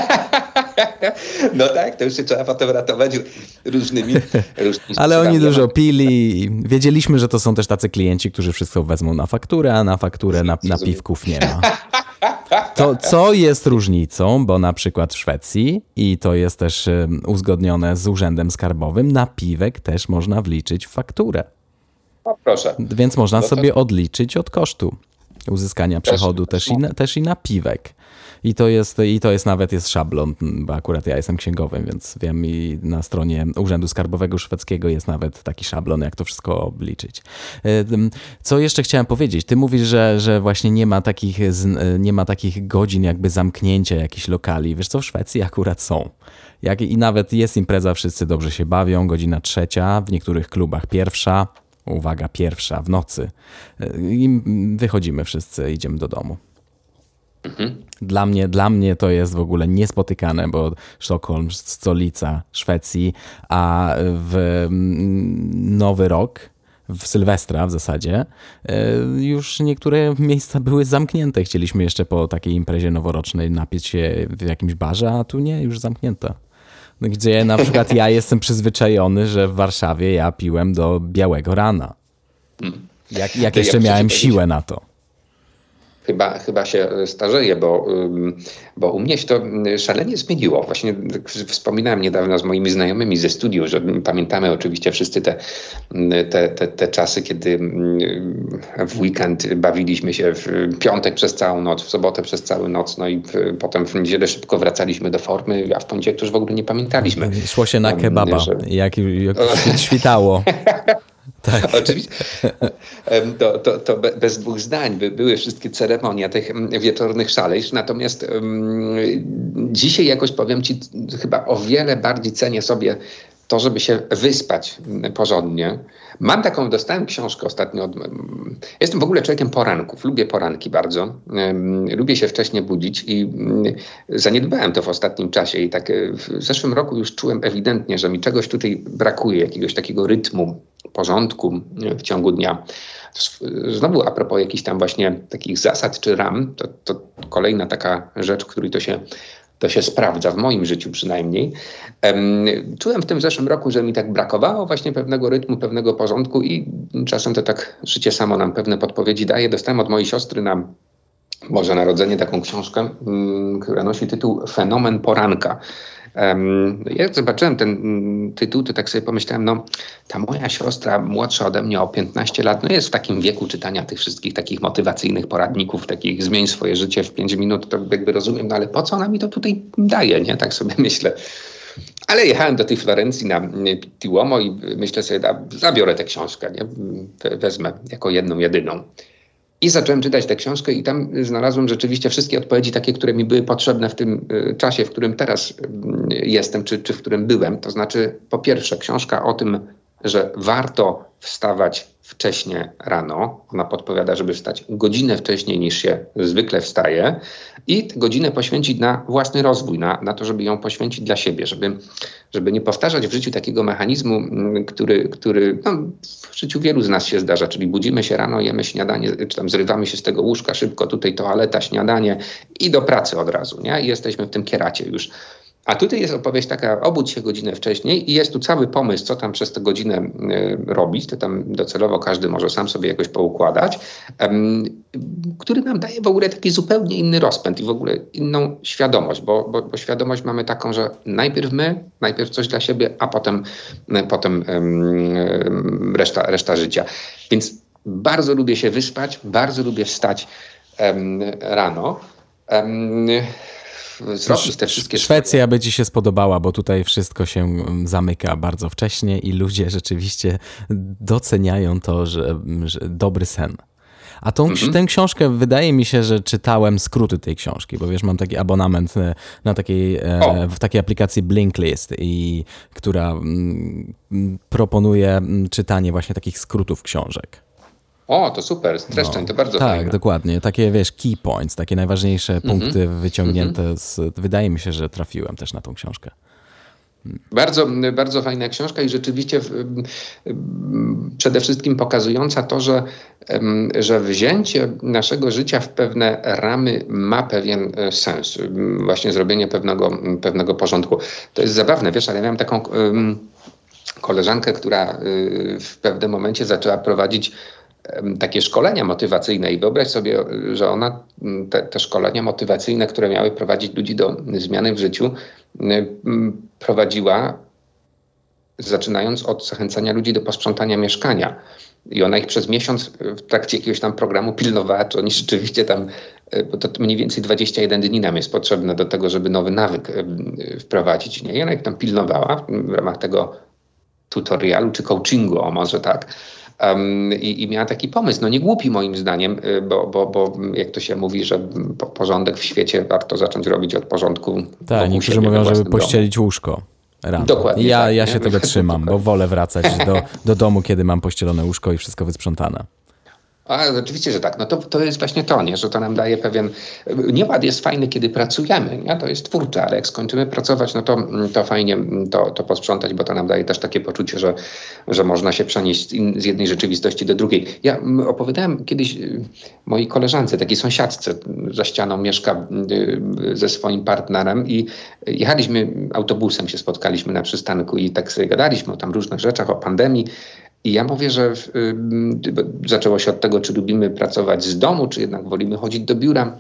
No tak, to już się trzeba potem ratować różnymi, różnymi Ale oni dużo pili i wiedzieliśmy, że to są też tacy klienci, którzy wszystko wezmą na fakturę, a na fakturę na, napiwków nie ma. To, co jest różnicą, bo na przykład w Szwecji, i to jest też uzgodnione z Urzędem Skarbowym, napiwek też można wliczyć w fakturę. O, proszę. Więc można no to... sobie odliczyć od kosztu uzyskania też, przychodu też, też, i, też i napiwek. I to jest, i to jest nawet jest szablon, bo akurat ja jestem księgowym, więc wiem i na stronie Urzędu Skarbowego Szwedzkiego jest nawet taki szablon, jak to wszystko obliczyć. Co jeszcze chciałem powiedzieć? Ty mówisz, że, że właśnie nie ma takich, nie ma takich godzin jakby zamknięcia jakichś lokali. Wiesz co, w Szwecji akurat są. Jak, i nawet jest impreza, wszyscy dobrze się bawią, godzina trzecia, w niektórych klubach pierwsza, uwaga, pierwsza w nocy. I wychodzimy wszyscy, idziemy do domu. Mhm. Dla mnie, dla mnie to jest w ogóle niespotykane, bo Sztokholm, stolica Szwecji, a w Nowy Rok, w Sylwestra w zasadzie, już niektóre miejsca były zamknięte. Chcieliśmy jeszcze po takiej imprezie noworocznej napić się w jakimś barze, a tu nie, już zamknięte. Gdzie na przykład ja jestem przyzwyczajony, że w Warszawie ja piłem do białego rana. Jak, jak jeszcze miałem siłę na to. Chyba, chyba się starzeję, bo, bo u mnie się to szalenie zmieniło. Właśnie wspominałem niedawno z moimi znajomymi ze studiów, że pamiętamy oczywiście wszyscy te, te, te, te czasy, kiedy w weekend bawiliśmy się w piątek przez całą noc, w sobotę przez całą noc, no i potem w niedzielę szybko wracaliśmy do formy, a w poniedziałek już w ogóle nie pamiętaliśmy. Szło się na kebaba, że... jak, jak świtało. Tak. Oczywiście. To, to, to bez dwóch zdań by były wszystkie ceremonie tych wieczornych szalejstw. Natomiast um, dzisiaj jakoś powiem ci, chyba o wiele bardziej cenię sobie to, żeby się wyspać porządnie. Mam taką, dostałem książkę ostatnio. Od, jestem w ogóle człowiekiem poranków. Lubię poranki bardzo. Um, lubię się wcześnie budzić i um, zaniedbałem to w ostatnim czasie. I tak w zeszłym roku już czułem ewidentnie, że mi czegoś tutaj brakuje, jakiegoś takiego rytmu, porządku w ciągu dnia. Znowu a propos jakichś tam właśnie takich zasad czy ram, to, to kolejna taka rzecz, w której to się To się sprawdza, w moim życiu przynajmniej. Um, czułem w tym zeszłym roku, że mi tak brakowało właśnie pewnego rytmu, pewnego porządku i czasem to tak życie samo nam pewne podpowiedzi daje. Dostałem od mojej siostry na Boże Narodzenie taką książkę, um, która nosi tytuł Fenomen poranka. Um, jak zobaczyłem ten um, tytuł, to tak sobie pomyślałem, no ta moja siostra młodsza ode mnie o piętnaście lat, no jest w takim wieku czytania tych wszystkich takich motywacyjnych poradników, takich zmień swoje życie w pięć minut, to jakby rozumiem, no ale po co ona mi to tutaj daje, nie? Tak sobie myślę. Ale jechałem do tej Florencji na Duomo i myślę sobie, da, zabiorę tę książkę, nie? Wezmę jako jedną, jedyną. I zacząłem czytać tę książkę i tam znalazłem rzeczywiście wszystkie odpowiedzi takie, które mi były potrzebne w tym y, czasie, w którym teraz y, jestem, czy, czy w którym byłem. To znaczy, po pierwsze, książka o tym, że warto wstawać wcześnie rano. Ona podpowiada, żeby wstać godzinę wcześniej niż się zwykle wstaje i tę godzinę poświęcić na własny rozwój, na, na to, żeby ją poświęcić dla siebie, żeby, żeby nie powtarzać w życiu takiego mechanizmu, który, który no, w życiu wielu z nas się zdarza, czyli budzimy się rano, jemy śniadanie, czy tam zrywamy się z tego łóżka szybko, tutaj toaleta, śniadanie i do pracy od razu, nie? I jesteśmy w tym kieracie już. A tutaj jest opowieść taka, obudź się godzinę wcześniej i jest tu cały pomysł, co tam przez tę godzinę y, robić. To tam docelowo każdy może sam sobie jakoś poukładać, um, który nam daje w ogóle taki zupełnie inny rozpęd i w ogóle inną świadomość, bo, bo, bo świadomość mamy taką, że najpierw my, najpierw coś dla siebie, a potem, potem um, reszta, reszta życia. Więc bardzo lubię się wyspać, bardzo lubię wstać um, rano. Um, zrobić te wszystkie Szwecja swoje... by ci się spodobała, bo tutaj wszystko się zamyka bardzo wcześnie i ludzie rzeczywiście doceniają to, że, że dobry sen. A tą, mm-hmm. tę książkę wydaje mi się, że czytałem skróty tej książki, bo wiesz, mam taki abonament na takiej, e, w takiej aplikacji Blinklist, i, która m, proponuje czytanie właśnie takich skrótów książek. O, to super, streszczeń, no, to bardzo tak, fajne. Tak, dokładnie. Takie, wiesz, key points, takie najważniejsze mm-hmm. punkty wyciągnięte mm-hmm. z... Wydaje mi się, że trafiłem też na tą książkę. Bardzo, bardzo fajna książka i rzeczywiście w, przede wszystkim pokazująca to, że, że wzięcie naszego życia w pewne ramy ma pewien sens. Właśnie zrobienie pewnego, pewnego porządku. To jest zabawne, wiesz, ale ja miałem taką um, koleżankę, która w pewnym momencie zaczęła prowadzić takie szkolenia motywacyjne i wyobraź sobie, że ona te, te szkolenia motywacyjne, które miały prowadzić ludzi do zmiany w życiu, prowadziła zaczynając od zachęcania ludzi do posprzątania mieszkania. I ona ich przez miesiąc w trakcie jakiegoś tam programu pilnowała, czy oni rzeczywiście tam, bo to mniej więcej dwadzieścia jeden dni nam jest potrzebne do tego, żeby nowy nawyk wprowadzić. Nie? I ona ich tam pilnowała w ramach tego tutorialu czy coachingu, o może tak. Um, i, I miała taki pomysł, no nie głupi moim zdaniem, bo, bo, bo jak to się mówi, że po, porządek w świecie warto zacząć robić od porządku. Tak, niektórzy mówią, żeby pościelić łóżko rano. Dokładnie. Ja, tak, ja się tego trzymam, bo wolę wracać do, do domu, kiedy mam pościelone łóżko i wszystko wysprzątane. A oczywiście, że tak. No to, to jest właśnie to, nie? Że to nam daje pewien... Nieład jest fajny, kiedy pracujemy, nie? To jest twórcze, ale jak skończymy pracować, no to, to fajnie to, to posprzątać, bo to nam daje też takie poczucie, że, że można się przenieść z, in, z jednej rzeczywistości do drugiej. Ja opowiadałem kiedyś mojej koleżance, takiej sąsiadce, za ścianą mieszka ze swoim partnerem i jechaliśmy autobusem, się spotkaliśmy na przystanku i tak sobie gadaliśmy o tam różnych rzeczach, o pandemii. I ja mówię, że y, zaczęło się od tego, czy lubimy pracować z domu, czy jednak wolimy chodzić do biura.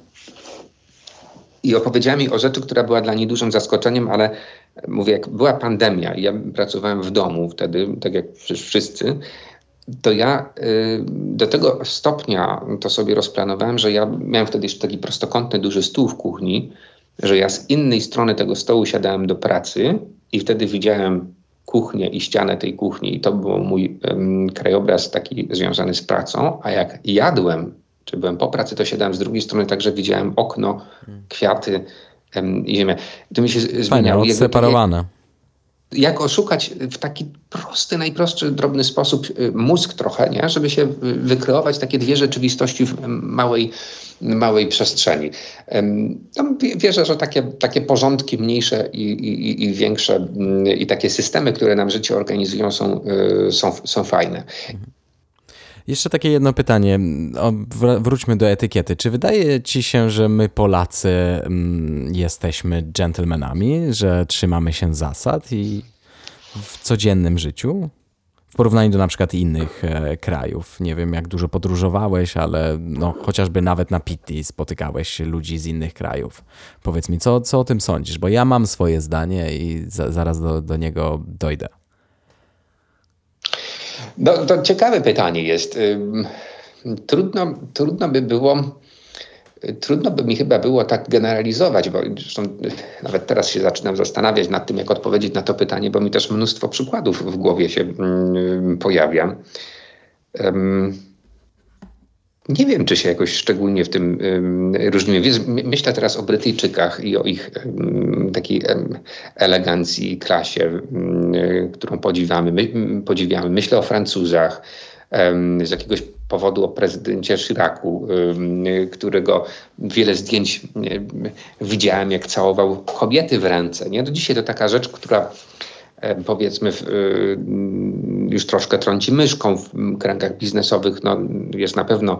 I opowiedziała mi o rzeczy, która była dla niej dużym zaskoczeniem, ale mówię, jak była pandemia i ja pracowałem w domu wtedy, tak jak wszyscy, to ja y, do tego stopnia to sobie rozplanowałem, że ja miałem wtedy jeszcze taki prostokątny, duży stół w kuchni, że ja z innej strony tego stołu siadałem do pracy i wtedy widziałem kuchnię i ścianę tej kuchni i to był mój um, krajobraz taki związany z pracą, a jak jadłem, czy byłem po pracy, to siadałem z drugiej strony, także widziałem okno, kwiaty um, i ziemię. To mi się zmieniało. Fajnie, odseparowane. jak oszukać w taki prosty, najprostszy, drobny sposób mózg trochę, nie? Żeby się wykreować takie dwie rzeczywistości w małej, małej przestrzeni. No, wierzę, że takie, takie porządki mniejsze i, i, i większe i takie systemy, które nam życie organizują, są, są, są fajne. Jeszcze takie jedno pytanie. O, wróćmy do etykiety. Czy wydaje ci się, że my Polacy mm, jesteśmy dżentelmenami, że trzymamy się zasad i w codziennym życiu? W porównaniu do na przykład innych e, krajów. Nie wiem, jak dużo podróżowałeś, ale no, chociażby nawet na Pitti spotykałeś ludzi z innych krajów. Powiedz mi, co, co o tym sądzisz? Bo ja mam swoje zdanie i za, zaraz do, do niego dojdę. No, to ciekawe pytanie jest. Trudno, trudno by było, trudno by mi chyba było tak generalizować, bo zresztą nawet teraz się zaczynam zastanawiać nad tym, jak odpowiedzieć na to pytanie, bo mi też mnóstwo przykładów w głowie się pojawia. Nie wiem, czy się jakoś szczególnie w tym um, różnimy. Wiesz, myślę teraz o Brytyjczykach i o ich um, takiej um, elegancji i klasie, um, którą podziwiamy. My, podziwiamy. Myślę o Francuzach, um, z jakiegoś powodu o prezydencie Chiracu, um, którego wiele zdjęć um, widziałem, jak całował kobiety w ręce. Nie? Do dzisiaj to taka rzecz, która powiedzmy w, już troszkę trąci myszką w kręgach biznesowych, no, jest na pewno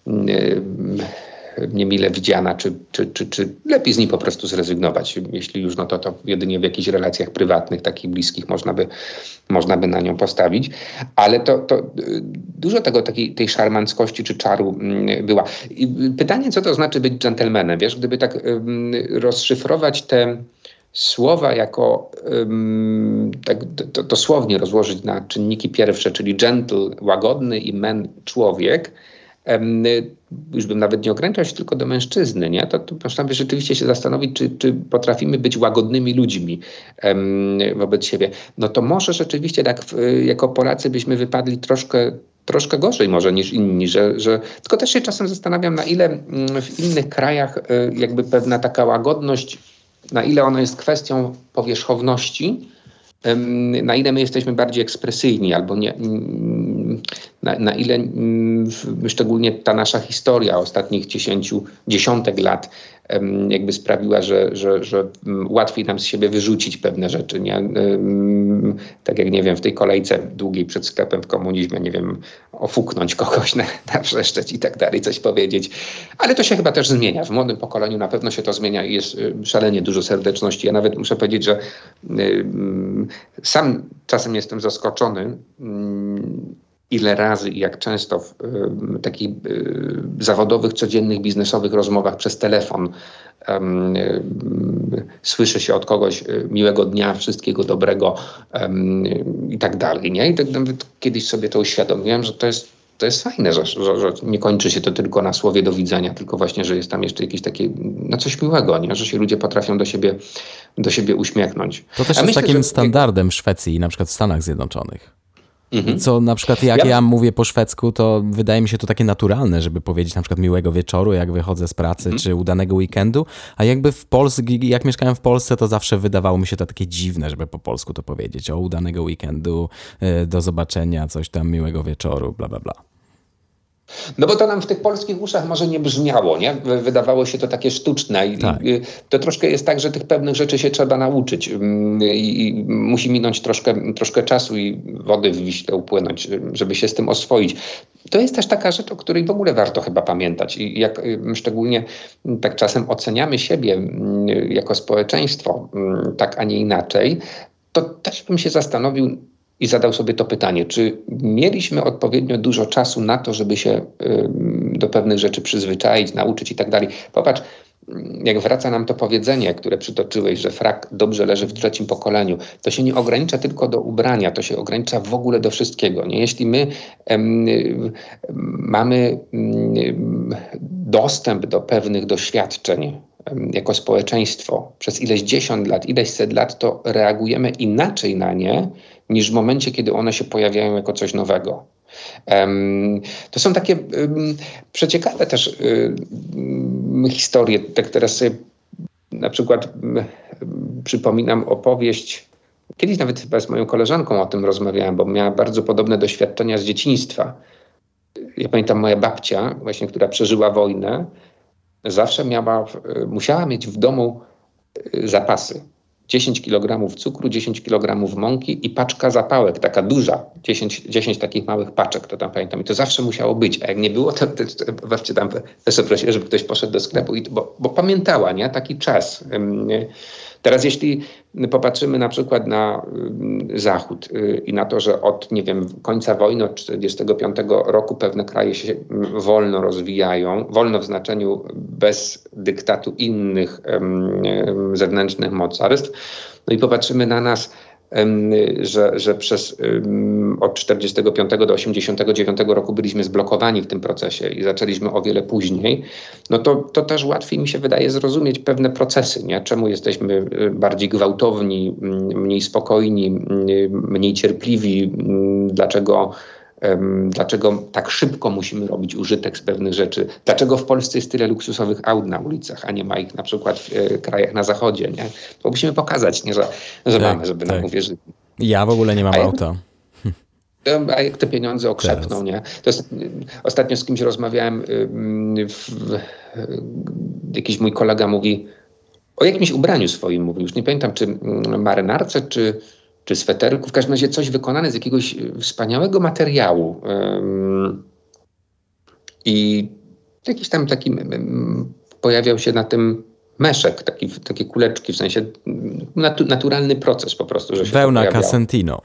niemile widziana, czy, czy, czy, czy lepiej z niej po prostu zrezygnować. Jeśli już, no to, to jedynie w jakichś relacjach prywatnych, takich bliskich można by, można by na nią postawić. Ale to, to dużo tego, takiej, tej szarmanckości czy czaru była. I pytanie, co to znaczy być dżentelmenem? Wiesz, gdyby tak rozszyfrować te słowa jako um, tak to, dosłownie rozłożyć na czynniki pierwsze, czyli gentle, łagodny i man, człowiek, um, już bym nawet nie ograniczał się tylko do mężczyzny, nie? To, to można by rzeczywiście się zastanowić, czy, czy potrafimy być łagodnymi ludźmi um, wobec siebie. No to może rzeczywiście tak w, jako Polacy byśmy wypadli troszkę troszkę gorzej może niż inni, że, że tylko też się czasem zastanawiam, na ile w innych krajach jakby pewna taka łagodność, na ile ona jest kwestią powierzchowności, na ile my jesteśmy bardziej ekspresyjni, albo nie, na, na ile szczególnie ta nasza historia ostatnich dziesięciu, dziesiątek lat jakby sprawiła, że, że, że łatwiej nam z siebie wyrzucić pewne rzeczy. Nie? Tak jak, nie wiem, w tej kolejce długiej przed sklepem w komunizmie, nie wiem, ofuknąć kogoś, na, nawrzeszczeć i tak dalej, coś powiedzieć. Ale to się chyba też zmienia. W młodym pokoleniu na pewno się to zmienia i jest szalenie dużo serdeczności. Ja nawet muszę powiedzieć, że sam czasem jestem zaskoczony, ile razy i jak często w y, takich y, zawodowych, codziennych, biznesowych rozmowach przez telefon y, y, słyszy się od kogoś y, miłego dnia, wszystkiego dobrego y, i tak dalej. Nie? I tak nawet kiedyś sobie to uświadomiłem, że to jest, to jest fajne, że, że, że nie kończy się to tylko na słowie do widzenia, tylko właśnie, że jest tam jeszcze jakieś takie, no coś miłego, nie? Że się ludzie potrafią do siebie, do siebie uśmiechnąć. To też A jest myślę, takim że... standardem w Szwecji i na przykład w Stanach Zjednoczonych. Mhm. Co na przykład jak ja... ja mówię po szwedzku, to wydaje mi się to takie naturalne, żeby powiedzieć na przykład miłego wieczoru, jak wychodzę z pracy, mhm. czy udanego weekendu, a jakby w Polsce, jak mieszkałem w Polsce, to zawsze wydawało mi się to takie dziwne, żeby po polsku to powiedzieć. O, udanego weekendu, do zobaczenia, coś tam, miłego wieczoru, bla, bla, bla. No bo to nam w tych polskich uszach może nie brzmiało, nie? Wydawało się to takie sztuczne. I, tak. i to troszkę jest tak, że tych pewnych rzeczy się trzeba nauczyć. I, i musi minąć troszkę, troszkę czasu i wody w Wiśle upłynąć, żeby się z tym oswoić. To jest też taka rzecz, o której w ogóle warto chyba pamiętać. I jak szczególnie tak czasem oceniamy siebie jako społeczeństwo, tak a nie inaczej, to też bym się zastanowił i zadał sobie to pytanie, czy mieliśmy odpowiednio dużo czasu na to, żeby się y, do pewnych rzeczy przyzwyczaić, nauczyć i tak dalej. Popatrz, jak wraca nam to powiedzenie, które przytoczyłeś, że frak dobrze leży w trzecim pokoleniu, to się nie ogranicza tylko do ubrania, to się ogranicza w ogóle do wszystkiego. Nie? Jeśli my em, mamy em, dostęp do pewnych doświadczeń jako społeczeństwo przez ileś dziesiąt lat, ileś set lat, to reagujemy inaczej na nie, niż w momencie, kiedy one się pojawiają jako coś nowego. Um, to są takie um, przeciekawe też um, historie. Tak teraz sobie na przykład um, przypominam opowieść kiedyś nawet chyba z moją koleżanką o tym rozmawiałem, bo miała bardzo podobne doświadczenia z dzieciństwa. Ja pamiętam, moja babcia, właśnie, która przeżyła wojnę, zawsze miała, musiała mieć w domu zapasy. dziesięć kilogramów cukru, dziesięć kilogramów mąki i paczka zapałek, taka duża, dziesięć, dziesięć takich małych paczek, to tam pamiętam. I to zawsze musiało być, a jak nie było, to, to, to babcia tam też prosiła, żeby ktoś poszedł do sklepu, i, bo, bo pamiętała, nie? Taki czas. Teraz jeśli popatrzymy na przykład na Zachód i na to, że od, nie wiem, końca wojny, od czterdziestego piątego roku pewne kraje się wolno rozwijają, wolno w znaczeniu bez dyktatu innych um, zewnętrznych mocarstw, no i popatrzymy na nas, Że, że przez um, od czterdziestego piątego do osiemdziesiątego dziewiątego roku byliśmy zblokowani w tym procesie i zaczęliśmy o wiele później, no to, to też łatwiej mi się wydaje zrozumieć pewne procesy, nie? Czemu jesteśmy bardziej gwałtowni, mniej spokojni, mniej cierpliwi, dlaczego Dlaczego tak szybko musimy robić użytek z pewnych rzeczy? Dlaczego w Polsce jest tyle luksusowych aut na ulicach, a nie ma ich na przykład w e, krajach na zachodzie? Nie? To musimy pokazać, nie, że, że tak, mamy, żeby tak. nam uwierzyli. Ja w ogóle nie mam a auta. Jak, a jak te pieniądze okrzepną, Teraz. nie? To jest, ostatnio z kimś rozmawiałem, w, w, jakiś mój kolega mówi o jakimś ubraniu swoim, mówił, już nie pamiętam, czy marynarce, czy czy sweterku, w każdym razie coś wykonane z jakiegoś wspaniałego materiału. Um, I jakiś tam taki um, pojawiał się na tym meszek, taki, takie kuleczki, w sensie natu, naturalny proces po prostu, że się Wełna Casentino.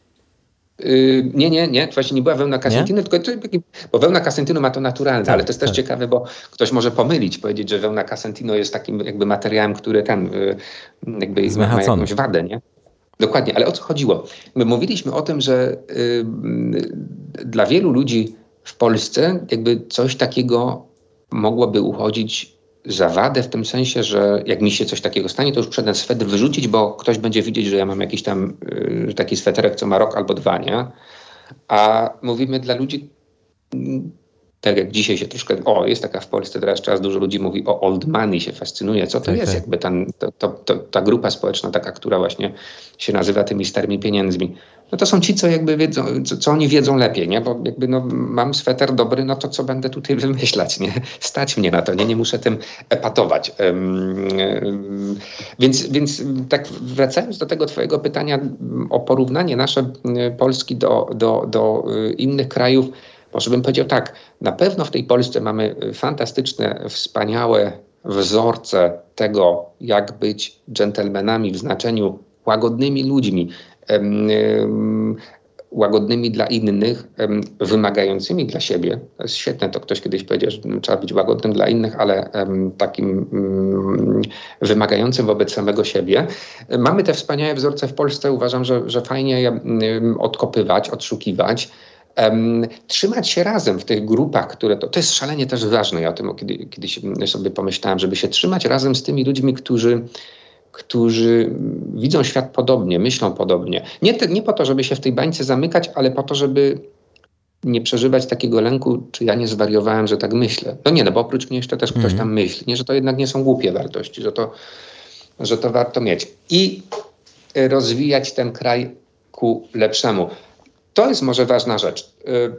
Yy, nie, nie, nie, to właśnie nie była wełna Casentino, nie? tylko to, bo wełna Casentino ma to naturalne, tak, ale to jest tak. też ciekawe, bo ktoś może pomylić, powiedzieć, że wełna Casentino jest takim jakby materiałem, który ten yy, jakby ma jakąś wadę, nie? Dokładnie, ale o co chodziło? My mówiliśmy o tym, że y, dla wielu ludzi w Polsce jakby coś takiego mogłoby uchodzić za wadę w tym sensie, że jak mi się coś takiego stanie, to już przed ten swetr wyrzucić, bo ktoś będzie widzieć, że ja mam jakiś tam y, taki sweterek, co ma rok albo dwa, nie? A mówimy dla ludzi, y, tak jak dzisiaj się troszkę, o jest taka w Polsce teraz czas, dużo ludzi mówi o old money, się fascynuje, co to tak, jest tak. jakby ten, to, to, to, ta grupa społeczna taka, która właśnie się nazywa tymi starymi pieniędzmi. No to są ci, co jakby wiedzą, co, co oni wiedzą lepiej, nie? Bo jakby no mam sweter dobry, no to co będę tutaj wymyślać, nie? Stać mnie na to, nie? Nie muszę tym epatować. Um, um, więc, więc tak wracając do tego twojego pytania o porównanie nasze Polski do, do, do innych krajów, może bym powiedział tak, na pewno w tej Polsce mamy fantastyczne, wspaniałe wzorce tego, jak być dżentelmenami w znaczeniu łagodnymi ludźmi, um, um, łagodnymi dla innych, um, wymagającymi dla siebie. To jest świetne, to ktoś kiedyś powiedział, że trzeba być łagodnym dla innych, ale um, takim um, wymagającym wobec samego siebie. Mamy te wspaniałe wzorce w Polsce, uważam, że, że fajnie je um, odkopywać, odszukiwać. Um, trzymać się razem w tych grupach, które to, to jest szalenie też ważne. Ja o tym kiedy, kiedyś sobie pomyślałem, żeby się trzymać razem z tymi ludźmi, którzy, którzy widzą świat podobnie, myślą podobnie. Nie, te, nie po to, żeby się w tej bańce zamykać, ale po to, żeby nie przeżywać takiego lęku, czy ja nie zwariowałem, że tak myślę. No nie, no bo oprócz mnie jeszcze też ktoś mm. tam myśli, nie, że to jednak nie są głupie wartości, że to, że to warto mieć. I rozwijać ten kraj ku lepszemu. To jest może ważna rzecz.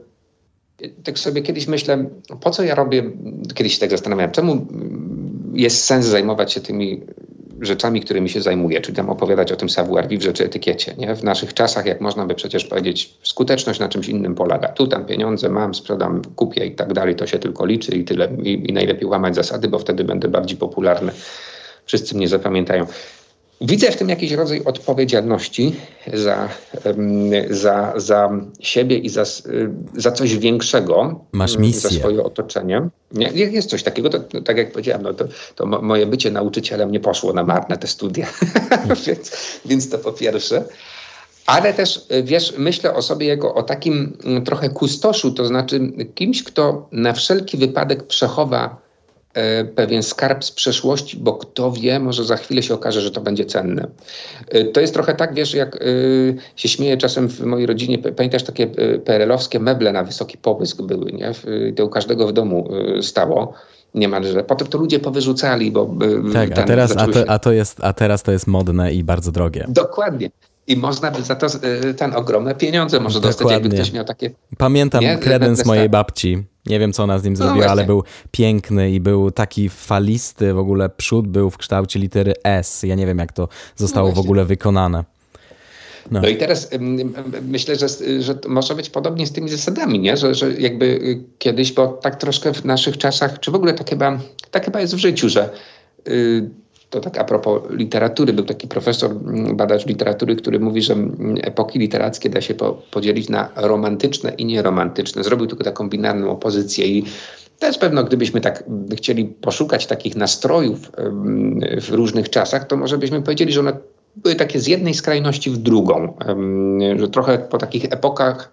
Tak sobie kiedyś myślę, po co ja robię, kiedyś się tak zastanawiałem, czemu jest sens zajmować się tymi rzeczami, którymi się zajmuję, czyli tam opowiadać o tym savoir-vivre czy etykiecie. Nie? W naszych czasach, jak można by przecież powiedzieć, skuteczność na czymś innym polega. Tu tam pieniądze mam, sprzedam, kupię i tak dalej, to się tylko liczy i tyle. I, i najlepiej łamać zasady, bo wtedy będę bardziej popularny. Wszyscy mnie zapamiętają. Widzę w tym jakiś rodzaj odpowiedzialności za, za, za siebie i za, za coś większego. Masz misję. Za swoje otoczenie. Nie, jest coś takiego, to, to, tak jak powiedziałem, no to, to moje bycie nauczycielem nie poszło na marne, te studia. więc, więc to po pierwsze. Ale też, wiesz, myślę o sobie jako o takim trochę kustoszu, to znaczy kimś, kto na wszelki wypadek przechowa pewien skarb z przeszłości, bo kto wie, może za chwilę się okaże, że to będzie cenne. To jest trochę tak, wiesz, jak y, się śmieję czasem w mojej rodzinie, pamiętasz takie P R L-owskie meble na wysoki popysk były, nie? To u każdego w domu y, stało niemalże. Potem to ludzie powyrzucali, bo... Y, tak, a teraz, a, to, a, to jest, a teraz to jest modne i bardzo drogie. Dokładnie. I można by za to y, ten ogromne pieniądze może dostać, Dokładnie. jakby ktoś miał takie... Pamiętam nie? kredens mojej babci. Nie wiem, co ona z nim zrobiła, no ale był piękny i był taki falisty, w ogóle przód był w kształcie litery S. Ja nie wiem, jak to zostało no w ogóle wykonane. No, no i teraz ym, myślę, że, że może być podobnie z tymi zasadami, nie? Że, że jakby kiedyś, bo tak troszkę w naszych czasach, czy w ogóle tak chyba, tak chyba jest w życiu, że yy, to tak a propos literatury, był taki profesor, badacz literatury, który mówi, że epoki literackie da się po, podzielić na romantyczne i nieromantyczne. Zrobił tylko taką binarną opozycję i też pewno, gdybyśmy tak chcieli poszukać takich nastrojów w różnych czasach, to może byśmy powiedzieli, że one były takie z jednej skrajności w drugą, że trochę po takich epokach,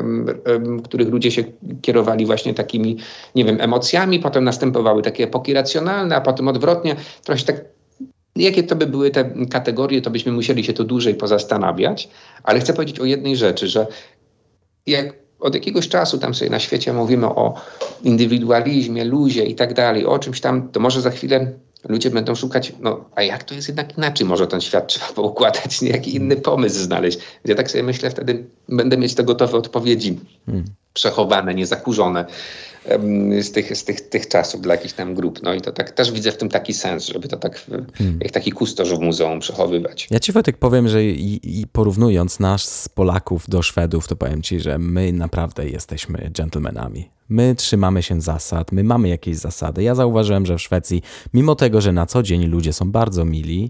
w których ludzie się kierowali właśnie takimi, nie wiem, emocjami, potem następowały takie epoki racjonalne, a potem odwrotnie, trochę się tak, jakie to by były te kategorie, to byśmy musieli się tu dłużej pozastanawiać, ale chcę powiedzieć o jednej rzeczy, że jak od jakiegoś czasu tam sobie na świecie mówimy o indywidualizmie, luzie i tak dalej, o czymś tam, to może za chwilę ludzie będą szukać, no a jak to jest jednak inaczej, może ten świat trzeba poukładać, jaki inny pomysł znaleźć. Ja tak sobie myślę, wtedy będę mieć te gotowe odpowiedzi hmm. przechowane, niezakurzone um, z, tych, z tych, tych czasów dla jakichś tam grup. No i to tak też widzę w tym taki sens, żeby to tak hmm. jak taki kustosz w muzeum przechowywać. Ja ci, Wojtek, powiem, że i, i porównując nas z Polaków do Szwedów, to powiem ci, że my naprawdę jesteśmy dżentelmenami. My trzymamy się zasad, my mamy jakieś zasady. Ja zauważyłem, że w Szwecji, mimo tego, że na co dzień ludzie są bardzo mili,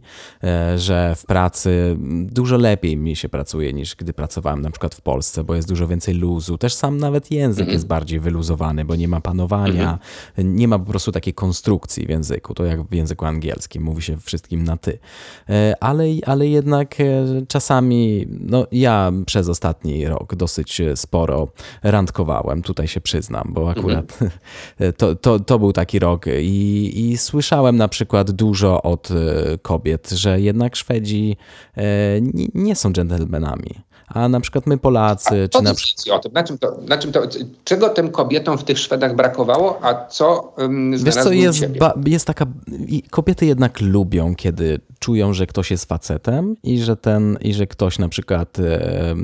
że w pracy dużo lepiej mi się pracuje niż gdy pracowałem na przykład w Polsce, bo jest dużo więcej luzu. Też sam nawet język jest bardziej wyluzowany, bo nie ma panowania, nie ma po prostu takiej konstrukcji w języku. To jak w języku angielskim, mówi się wszystkim na ty. Ale, ale jednak czasami, no ja przez ostatni rok dosyć sporo randkowałem, tutaj się przyznam, bo akurat mhm. to, to, to był taki rok i, i słyszałem na przykład dużo od kobiet, że jednak Szwedzi nie, nie są dżentelmenami. A na przykład my Polacy... A, czy na przykład... o tym, na czym to, na czym to, czego tym kobietom w tych Szwedach brakowało, a co um, Wiesz co, jest, ba, jest taka... Kobiety jednak lubią, kiedy czują, że ktoś jest facetem i że, ten, i że ktoś na przykład e,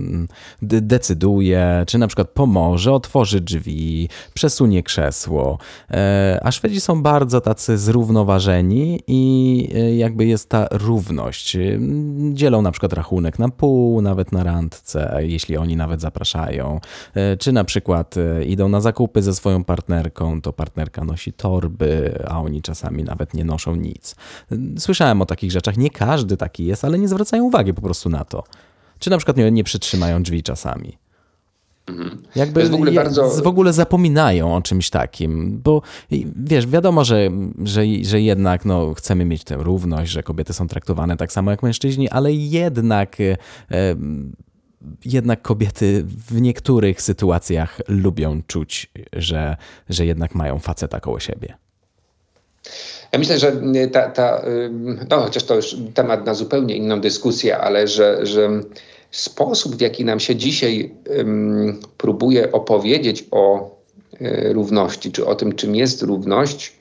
decyduje, czy na przykład pomoże, otworzy drzwi, przesunie krzesło. E, a Szwedzi są bardzo tacy zrównoważeni i e, jakby jest ta równość. Dzielą na przykład rachunek na pół, nawet na randce, jeśli oni nawet zapraszają. E, czy na przykład e, idą na zakupy ze swoją partnerką, to partnerka nosi torby, a oni czasami nawet nie noszą nic. Słyszałem o takich rzeczach. Nie każdy taki jest, ale nie zwracają uwagi po prostu na to. Czy na przykład nie, nie przytrzymają drzwi czasami. Mhm. Jakby w ogóle, bardzo... w ogóle zapominają o czymś takim, bo wiesz, wiadomo, że, że, że jednak no, chcemy mieć tę równość, że kobiety są traktowane tak samo jak mężczyźni, ale jednak e, jednak kobiety w niektórych sytuacjach lubią czuć, że, że jednak mają faceta koło siebie. Ja myślę, że ta, ta, no chociaż to już temat na zupełnie inną dyskusję, ale że, że sposób, w jaki nam się dzisiaj um, próbuje opowiedzieć o y, równości, czy o tym, czym jest równość,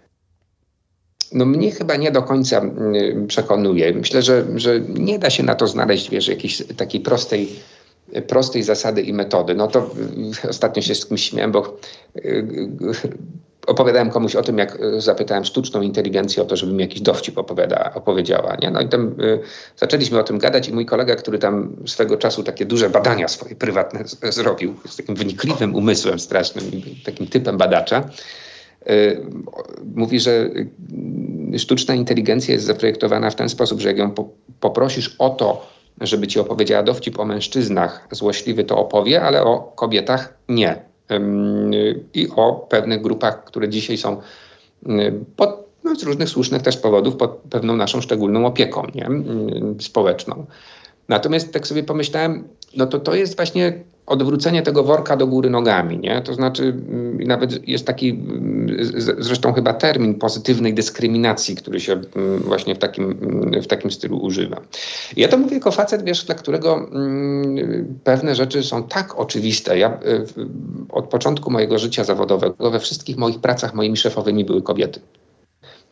no mnie chyba nie do końca y, przekonuje. Myślę, że, że nie da się na to znaleźć, wiesz, jakiejś takiej prostej, prostej zasady i metody. No to y, ostatnio się z kimś śmiałem, bo y, y, opowiadałem komuś o tym, jak zapytałem sztuczną inteligencję o to, żeby mi jakiś dowcip opowiada, opowiedziała. Nie? No i tam y, zaczęliśmy o tym gadać i mój kolega, który tam swego czasu takie duże badania swoje prywatne z, zrobił, z takim wynikliwym umysłem strasznym, takim typem badacza, y, mówi, że sztuczna inteligencja jest zaprojektowana w ten sposób, że jak ją po, poprosisz o to, żeby ci opowiedziała dowcip o mężczyznach, złośliwy to opowie, ale o kobietach nie. I o pewnych grupach, które dzisiaj są pod, no, z różnych słusznych też powodów pod pewną naszą szczególną opieką, nie? Społeczną. Natomiast tak sobie pomyślałem, no to to jest właśnie odwrócenie tego worka do góry nogami, nie? To znaczy nawet jest taki zresztą chyba termin pozytywnej dyskryminacji, który się właśnie w takim, w takim stylu używa. Ja to mówię jako facet, wiesz, dla którego mm, pewne rzeczy są tak oczywiste. Ja y, od początku mojego życia zawodowego we wszystkich moich pracach moimi szefowymi były kobiety.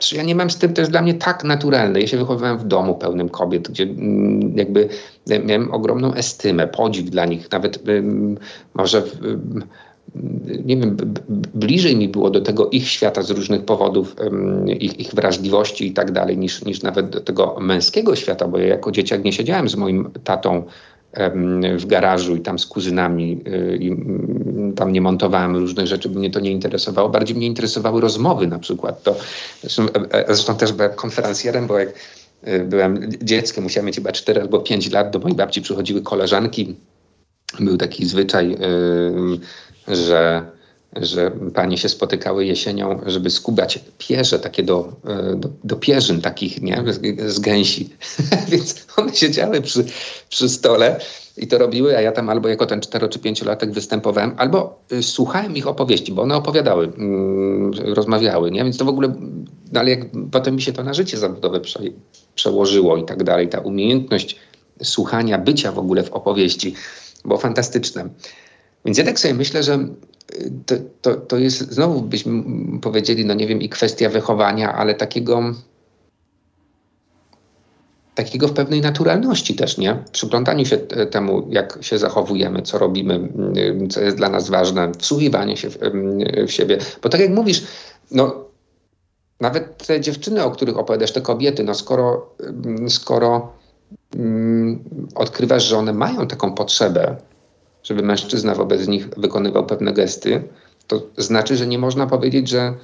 Czy ja nie mam z tym, to jest dla mnie tak naturalne. Ja się wychowywałem w domu pełnym kobiet, gdzie mm, jakby miałem ogromną estymę, podziw dla nich. Nawet ym, może ym, nie wiem, b- b- bliżej mi było do tego ich świata z różnych powodów, ym, ich, ich wrażliwości i tak dalej, niż, niż nawet do tego męskiego świata, bo ja jako dzieciak nie siedziałem z moim tatą w garażu i tam z kuzynami y, i tam nie montowałem różnych rzeczy, bo mnie to nie interesowało. Bardziej mnie interesowały rozmowy na przykład. To, zresztą, zresztą też byłem konferencjerem, bo jak y, byłem dzieckiem, musiałem mieć chyba cztery albo pięć lat, do mojej babci przychodziły koleżanki. Był taki zwyczaj, y, że że panie się spotykały jesienią, żeby skubać pierze takie do, do, do pierzyn takich, nie, z, z gęsi. Więc one siedziały przy, przy stole i to robiły, a ja tam albo jako ten cztero czy pięciolatek występowałem, albo y, słuchałem ich opowieści, bo one opowiadały, y, rozmawiały, nie? Więc to w ogóle, no ale jak potem mi się to na życie zawodowe prze, przełożyło i tak dalej, ta umiejętność słuchania, bycia w ogóle w opowieści było fantastyczne. Więc ja tak sobie myślę, że to, to, to jest, znowu byśmy powiedzieli, no nie wiem, i kwestia wychowania, ale takiego takiego w pewnej naturalności też, nie? Przyglądaniu się temu, jak się zachowujemy, co robimy, co jest dla nas ważne, wsłuchiwanie się w, w siebie. Bo tak jak mówisz, no nawet te dziewczyny, o których opowiadasz, te kobiety, no skoro, skoro um, odkrywasz, że one mają taką potrzebę, żeby mężczyzna wobec nich wykonywał pewne gesty, to znaczy, że nie można powiedzieć, że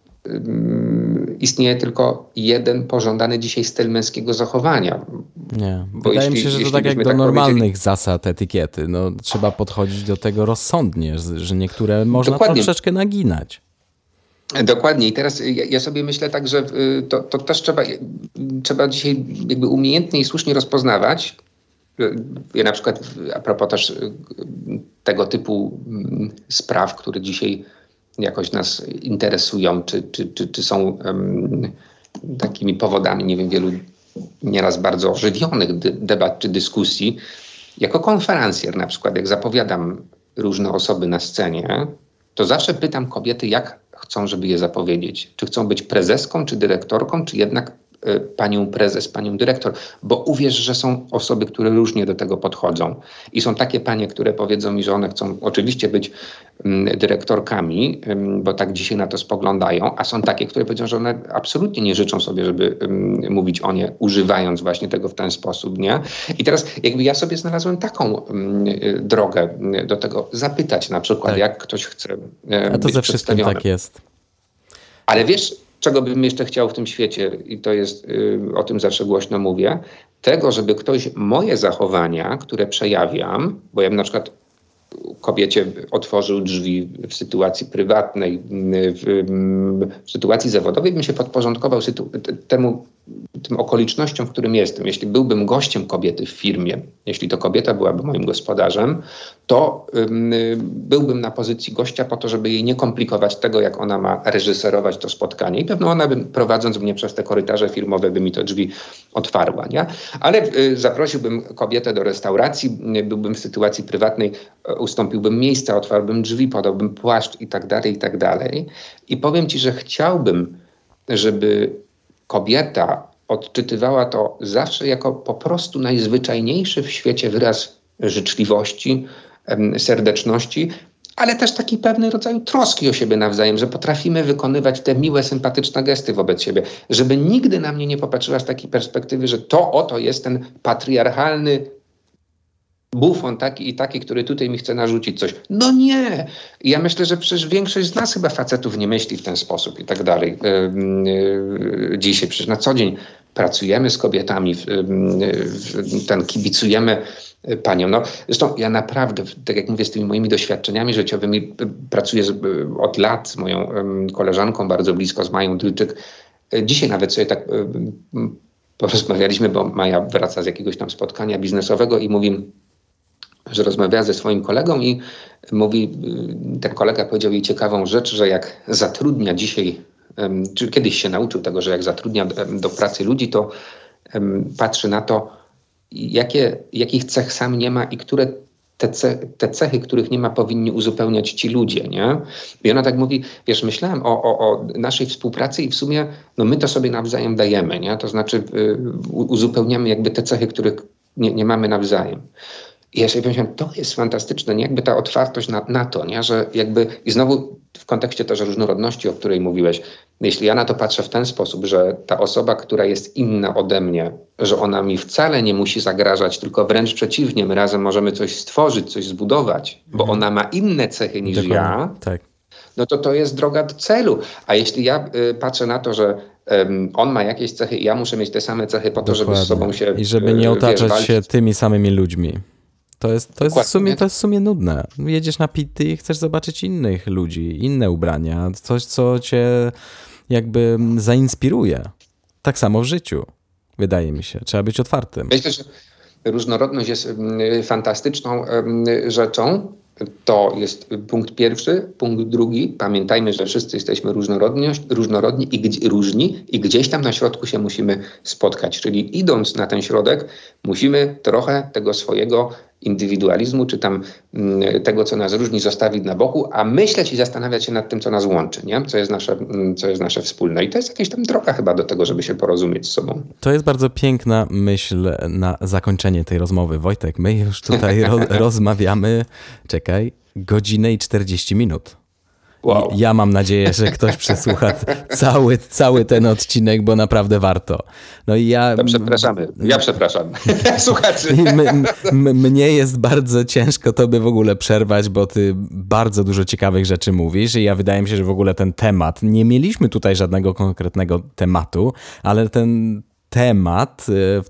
um, istnieje tylko jeden pożądany dzisiaj styl męskiego zachowania. Nie. Bo Wydaje jeśli, mi się, że to tak jak do tak normalnych zasad etykiety. No, trzeba podchodzić do tego rozsądnie, że niektóre można Dokładnie. troszeczkę naginać. Dokładnie. I teraz ja, ja sobie myślę tak, że to, to też trzeba, trzeba dzisiaj jakby umiejętnie i słusznie rozpoznawać. Ja na przykład a propos też tego typu spraw, które dzisiaj jakoś nas interesują, czy, czy, czy, czy są um, takimi powodami, nie wiem, wielu nieraz bardzo ożywionych debat czy dyskusji. Jako konferencjer na przykład, jak zapowiadam różne osoby na scenie, to zawsze pytam kobiety, jak chcą, żeby je zapowiedzieć. Czy chcą być prezeską, czy dyrektorką, czy jednak y, panią prezes, panią dyrektor. Bo uwierz, że są osoby, które różnie do tego podchodzą. I są takie panie, które powiedzą mi, że one chcą oczywiście być y, dyrektorkami, y, bo tak dzisiaj na to spoglądają, a są takie, które powiedzą, że one absolutnie nie życzą sobie, żeby y, mówić o nie, używając właśnie tego w ten sposób, nie? I teraz jakby ja sobie znalazłem taką y, drogę y, do tego, zapytać na przykład, tak. jak ktoś chce y, A to być ze wszystkim tak jest. Ale wiesz, czego bym jeszcze chciał w tym świecie, i to jest, y, o tym zawsze głośno mówię, tego, żeby ktoś moje zachowania, które przejawiam, bo ja bym na przykład kobiecie otworzył drzwi w sytuacji prywatnej, w, w sytuacji zawodowej, bym się podporządkował sytu- temu, tym okolicznościom, w którym jestem. Jeśli byłbym gościem kobiety w firmie, jeśli to kobieta byłaby moim gospodarzem, to um, byłbym na pozycji gościa po to, żeby jej nie komplikować tego, jak ona ma reżyserować to spotkanie. I pewno ona by, prowadząc mnie przez te korytarze firmowe, by mi to drzwi otwarła, nie? Ale y, zaprosiłbym kobietę do restauracji, y, byłbym w sytuacji prywatnej, y, ustąpiłbym miejsca, otwarłbym drzwi, podałbym płaszcz i tak dalej, i tak dalej. I powiem ci, że chciałbym, żeby kobieta odczytywała to zawsze jako po prostu najzwyczajniejszy w świecie wyraz życzliwości, serdeczności, ale też taki pewny rodzaj troski o siebie nawzajem, że potrafimy wykonywać te miłe, sympatyczne gesty wobec siebie, żeby nigdy na mnie nie popatrzyła z takiej perspektywy, że to oto jest ten patriarchalny bufon taki i taki, który tutaj mi chce narzucić coś. No nie! Ja myślę, że przecież większość z nas chyba facetów nie myśli w ten sposób i tak dalej. Yy, dzisiaj przecież na co dzień pracujemy z kobietami, w, w, ten kibicujemy paniom. No, zresztą ja naprawdę, tak jak mówię, z tymi moimi doświadczeniami życiowymi pracuję z, od lat z moją um, koleżanką bardzo blisko, z Mają Dylczyk. Dzisiaj nawet sobie tak um, porozmawialiśmy, bo Maja wraca z jakiegoś tam spotkania biznesowego i mówi, że rozmawiała ze swoim kolegą i mówi, ten kolega powiedział jej ciekawą rzecz, że jak zatrudnia dzisiaj, um, czy kiedyś się nauczył tego, że jak zatrudnia do, do pracy ludzi, to um, patrzy na to, jakie, jakich cech sam nie ma i które te, ce, te cechy, których nie ma, powinni uzupełniać ci ludzie, nie? I ona tak mówi, wiesz, myślałem o, o, o naszej współpracy i w sumie no my to sobie nawzajem dajemy, nie? To znaczy y, uzupełniamy jakby te cechy, których nie, nie mamy nawzajem. I ja sobie pomyślałem, to jest fantastyczne, nie? Jakby ta otwartość na, na to, nie? Że jakby, i znowu w kontekście też różnorodności, o której mówiłeś, jeśli ja na to patrzę w ten sposób, że ta osoba, która jest inna ode mnie, że ona mi wcale nie musi zagrażać, tylko wręcz przeciwnie, my razem możemy coś stworzyć, coś zbudować, bo mhm. ona ma inne cechy niż Dokładnie. ja, tak. no to to jest droga do celu. A jeśli ja y, patrzę na to, że um, on ma jakieś cechy i ja muszę mieć te same cechy po to, Dokładnie. żeby z sobą się... I żeby nie otaczać wiesz, się tymi samymi ludźmi. To jest, to, jest w sumie, to jest w sumie nudne. Jedziesz na pity i chcesz zobaczyć innych ludzi, inne ubrania, coś, co cię jakby zainspiruje. Tak samo w życiu, wydaje mi się. Trzeba być otwartym. Myślę, że różnorodność jest fantastyczną rzeczą. To jest punkt pierwszy. Punkt drugi. Pamiętajmy, że wszyscy jesteśmy różnorodni, różnorodni i, gdzie, różni i gdzieś tam na środku się musimy spotkać. Czyli idąc na ten środek, musimy trochę tego swojego indywidualizmu, czy tam m, tego, co nas różni, zostawić na boku, a myśleć i zastanawiać się nad tym, co nas łączy, nie? Co jest nasze, m, co jest nasze wspólne. I to jest jakaś tam droga chyba do tego, żeby się porozumieć z sobą. To jest bardzo piękna myśl na zakończenie tej rozmowy. Wojtek, my już tutaj ro- rozmawiamy, czekaj, godzinę i czterdzieści minut. Wow. Ja mam nadzieję, że ktoś przesłucha cały, cały ten odcinek, bo naprawdę warto. No i ja... To przepraszamy. Ja przepraszam. Słuchaczy. M- m- mnie jest bardzo ciężko tobie w ogóle przerwać, bo ty bardzo dużo ciekawych rzeczy mówisz i ja wydaje mi się, że w ogóle ten temat, nie mieliśmy tutaj żadnego konkretnego tematu, ale ten temat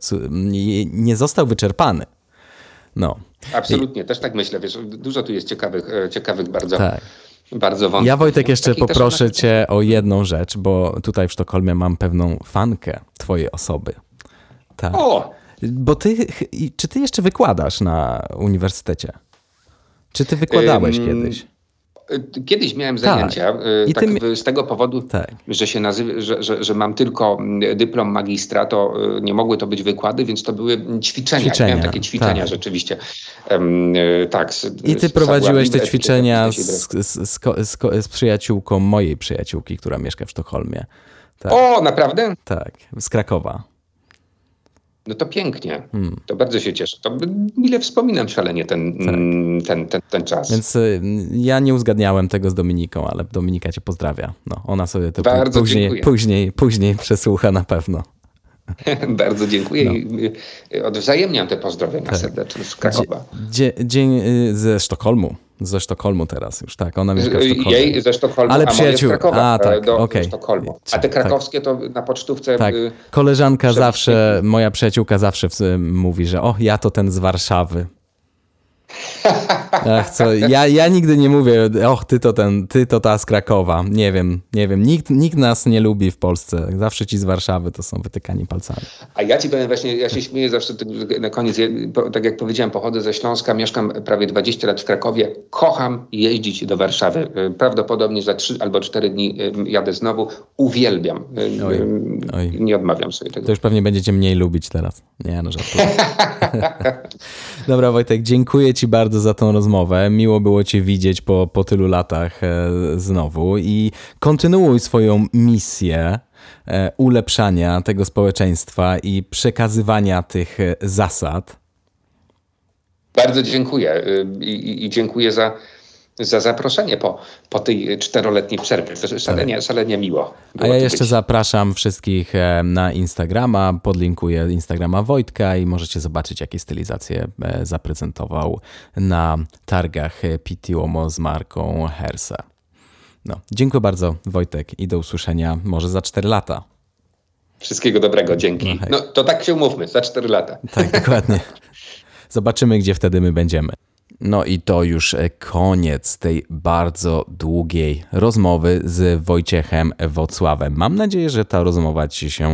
nie został wyczerpany. No. Absolutnie, I... też tak myślę. Wiesz, dużo tu jest ciekawych, ciekawych bardzo... Tak. Bardzo wątpliwe. Ja, Wojtek, jeszcze Taki poproszę też... cię o jedną rzecz, bo tutaj w Sztokholmie mam pewną fankę twojej osoby. Tak. O! Bo ty, czy ty jeszcze wykładasz na uniwersytecie? Czy ty wykładałeś um... kiedyś? Kiedyś miałem zajęcia, tak. I tak ty... z tego powodu, tak. że, się nazywa, że, że, że mam tylko dyplom magistra, to nie mogły to być wykłady, więc to były ćwiczenia. ćwiczenia. Miałem takie ćwiczenia tak. rzeczywiście. Um, tak, z, I ty prowadziłeś te ćwiczenia z, z, z, z, z przyjaciółką mojej przyjaciółki, która mieszka w Sztokholmie. Tak. O, naprawdę? Tak, z Krakowa. No to pięknie, hmm. to bardzo się cieszę. To mile wspominam szalenie ten, tak. ten, ten, ten, ten czas. Więc y, ja nie uzgadniałem tego z Dominiką, ale Dominika cię pozdrawia. No, ona sobie to bardzo później, później, później przesłucha na pewno. Bardzo dziękuję no. i odwzajemniam te pozdrowienia tak. serdeczne z Krakowa. Dzie, dzień ze Sztokholmu. Ze Sztokholmu teraz już, tak. Ona mieszka w Sztokholmie. Jej ze Sztokholmu, ale a przyjaciół... moje z Krakowa a, tak, do okay. Sztokholmu. A te krakowskie tak. to na pocztówce... Tak, koleżanka y- zawsze, moja przyjaciółka zawsze w, mówi, że o, ja to ten z Warszawy. Ach, co, ja, ja nigdy nie mówię, och, ty to ten, ty to ta z Krakowa. Nie wiem, nie wiem, nikt, nikt nas nie lubi w Polsce. Zawsze ci z Warszawy to są wytykani palcami. A ja ci powiem właśnie, ja się śmieję zawsze na koniec, ja, tak jak powiedziałem, pochodzę ze Śląska, mieszkam prawie dwadzieścia lat w Krakowie, kocham jeździć do Warszawy. Prawdopodobnie za trzy albo cztery dni jadę znowu, uwielbiam. Oj, oj. Nie odmawiam sobie tego. To już pewnie będziecie mniej lubić teraz. Nie, no żartuję. Dobra, Wojtek, dziękuję ci bardzo za tą rozmowę. Miło było cię widzieć po, po tylu latach e, znowu i kontynuuj swoją misję e, ulepszania tego społeczeństwa i przekazywania tych zasad. Bardzo dziękuję i, i, i dziękuję za, za zaproszenie po, po tej czteroletniej przerwie. To szalenie, szalenie miło. A ja jeszcze być. zapraszam wszystkich na Instagrama, podlinkuję Instagrama Wojtka i możecie zobaczyć, jakie stylizacje zaprezentował na targach P T Uomo z marką Hersa. No, dziękuję bardzo, Wojtek, i do usłyszenia może za cztery lata. Wszystkiego dobrego, dzięki. No, no to tak się umówmy, za cztery lata. Tak, dokładnie. Zobaczymy, gdzie wtedy my będziemy. No i to już koniec tej bardzo długiej rozmowy z Wojciechem Wocławem. Mam nadzieję, że ta rozmowa ci się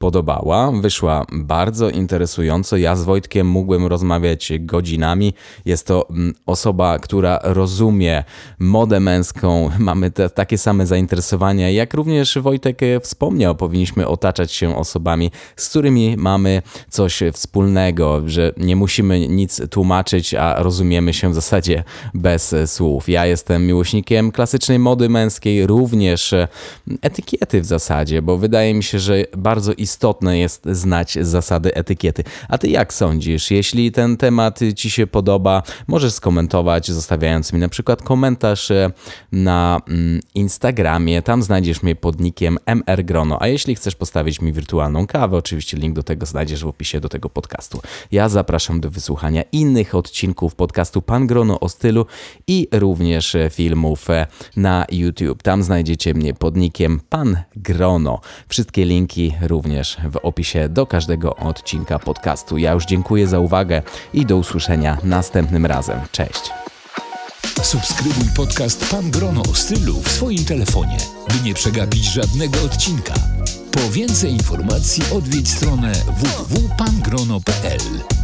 podobała, wyszła bardzo interesująco. Ja z Wojtkiem mógłbym rozmawiać godzinami. Jest to osoba, która rozumie modę męską. Mamy te, takie same zainteresowania, jak również Wojtek wspomniał. Powinniśmy otaczać się osobami, z którymi mamy coś wspólnego, że nie musimy nic tłumaczyć, a rozumiemy się w zasadzie bez słów. Ja jestem miłośnikiem klasycznej mody męskiej, również etykiety w zasadzie, bo wydaje mi się, że bardzo istotne jest znać zasady etykiety. A ty jak sądzisz? Jeśli ten temat ci się podoba, możesz skomentować, zostawiając mi na przykład komentarz na Instagramie. Tam znajdziesz mnie pod nickiem M R Grono. A jeśli chcesz postawić mi wirtualną kawę, oczywiście link do tego znajdziesz w opisie do tego podcastu. Ja zapraszam do wysłuchania innych odcinków podcastu Pan Grono o stylu i również filmów na YouTube. Tam znajdziecie mnie pod nickiem Pan Grono. Wszystkie linki również w opisie do każdego odcinka podcastu. Ja już dziękuję za uwagę i do usłyszenia następnym razem. Cześć! Subskrybuj podcast Pan Grono o stylu w swoim telefonie, by nie przegapić żadnego odcinka. Po więcej informacji odwiedź stronę w w w kropka pan grono kropka p l.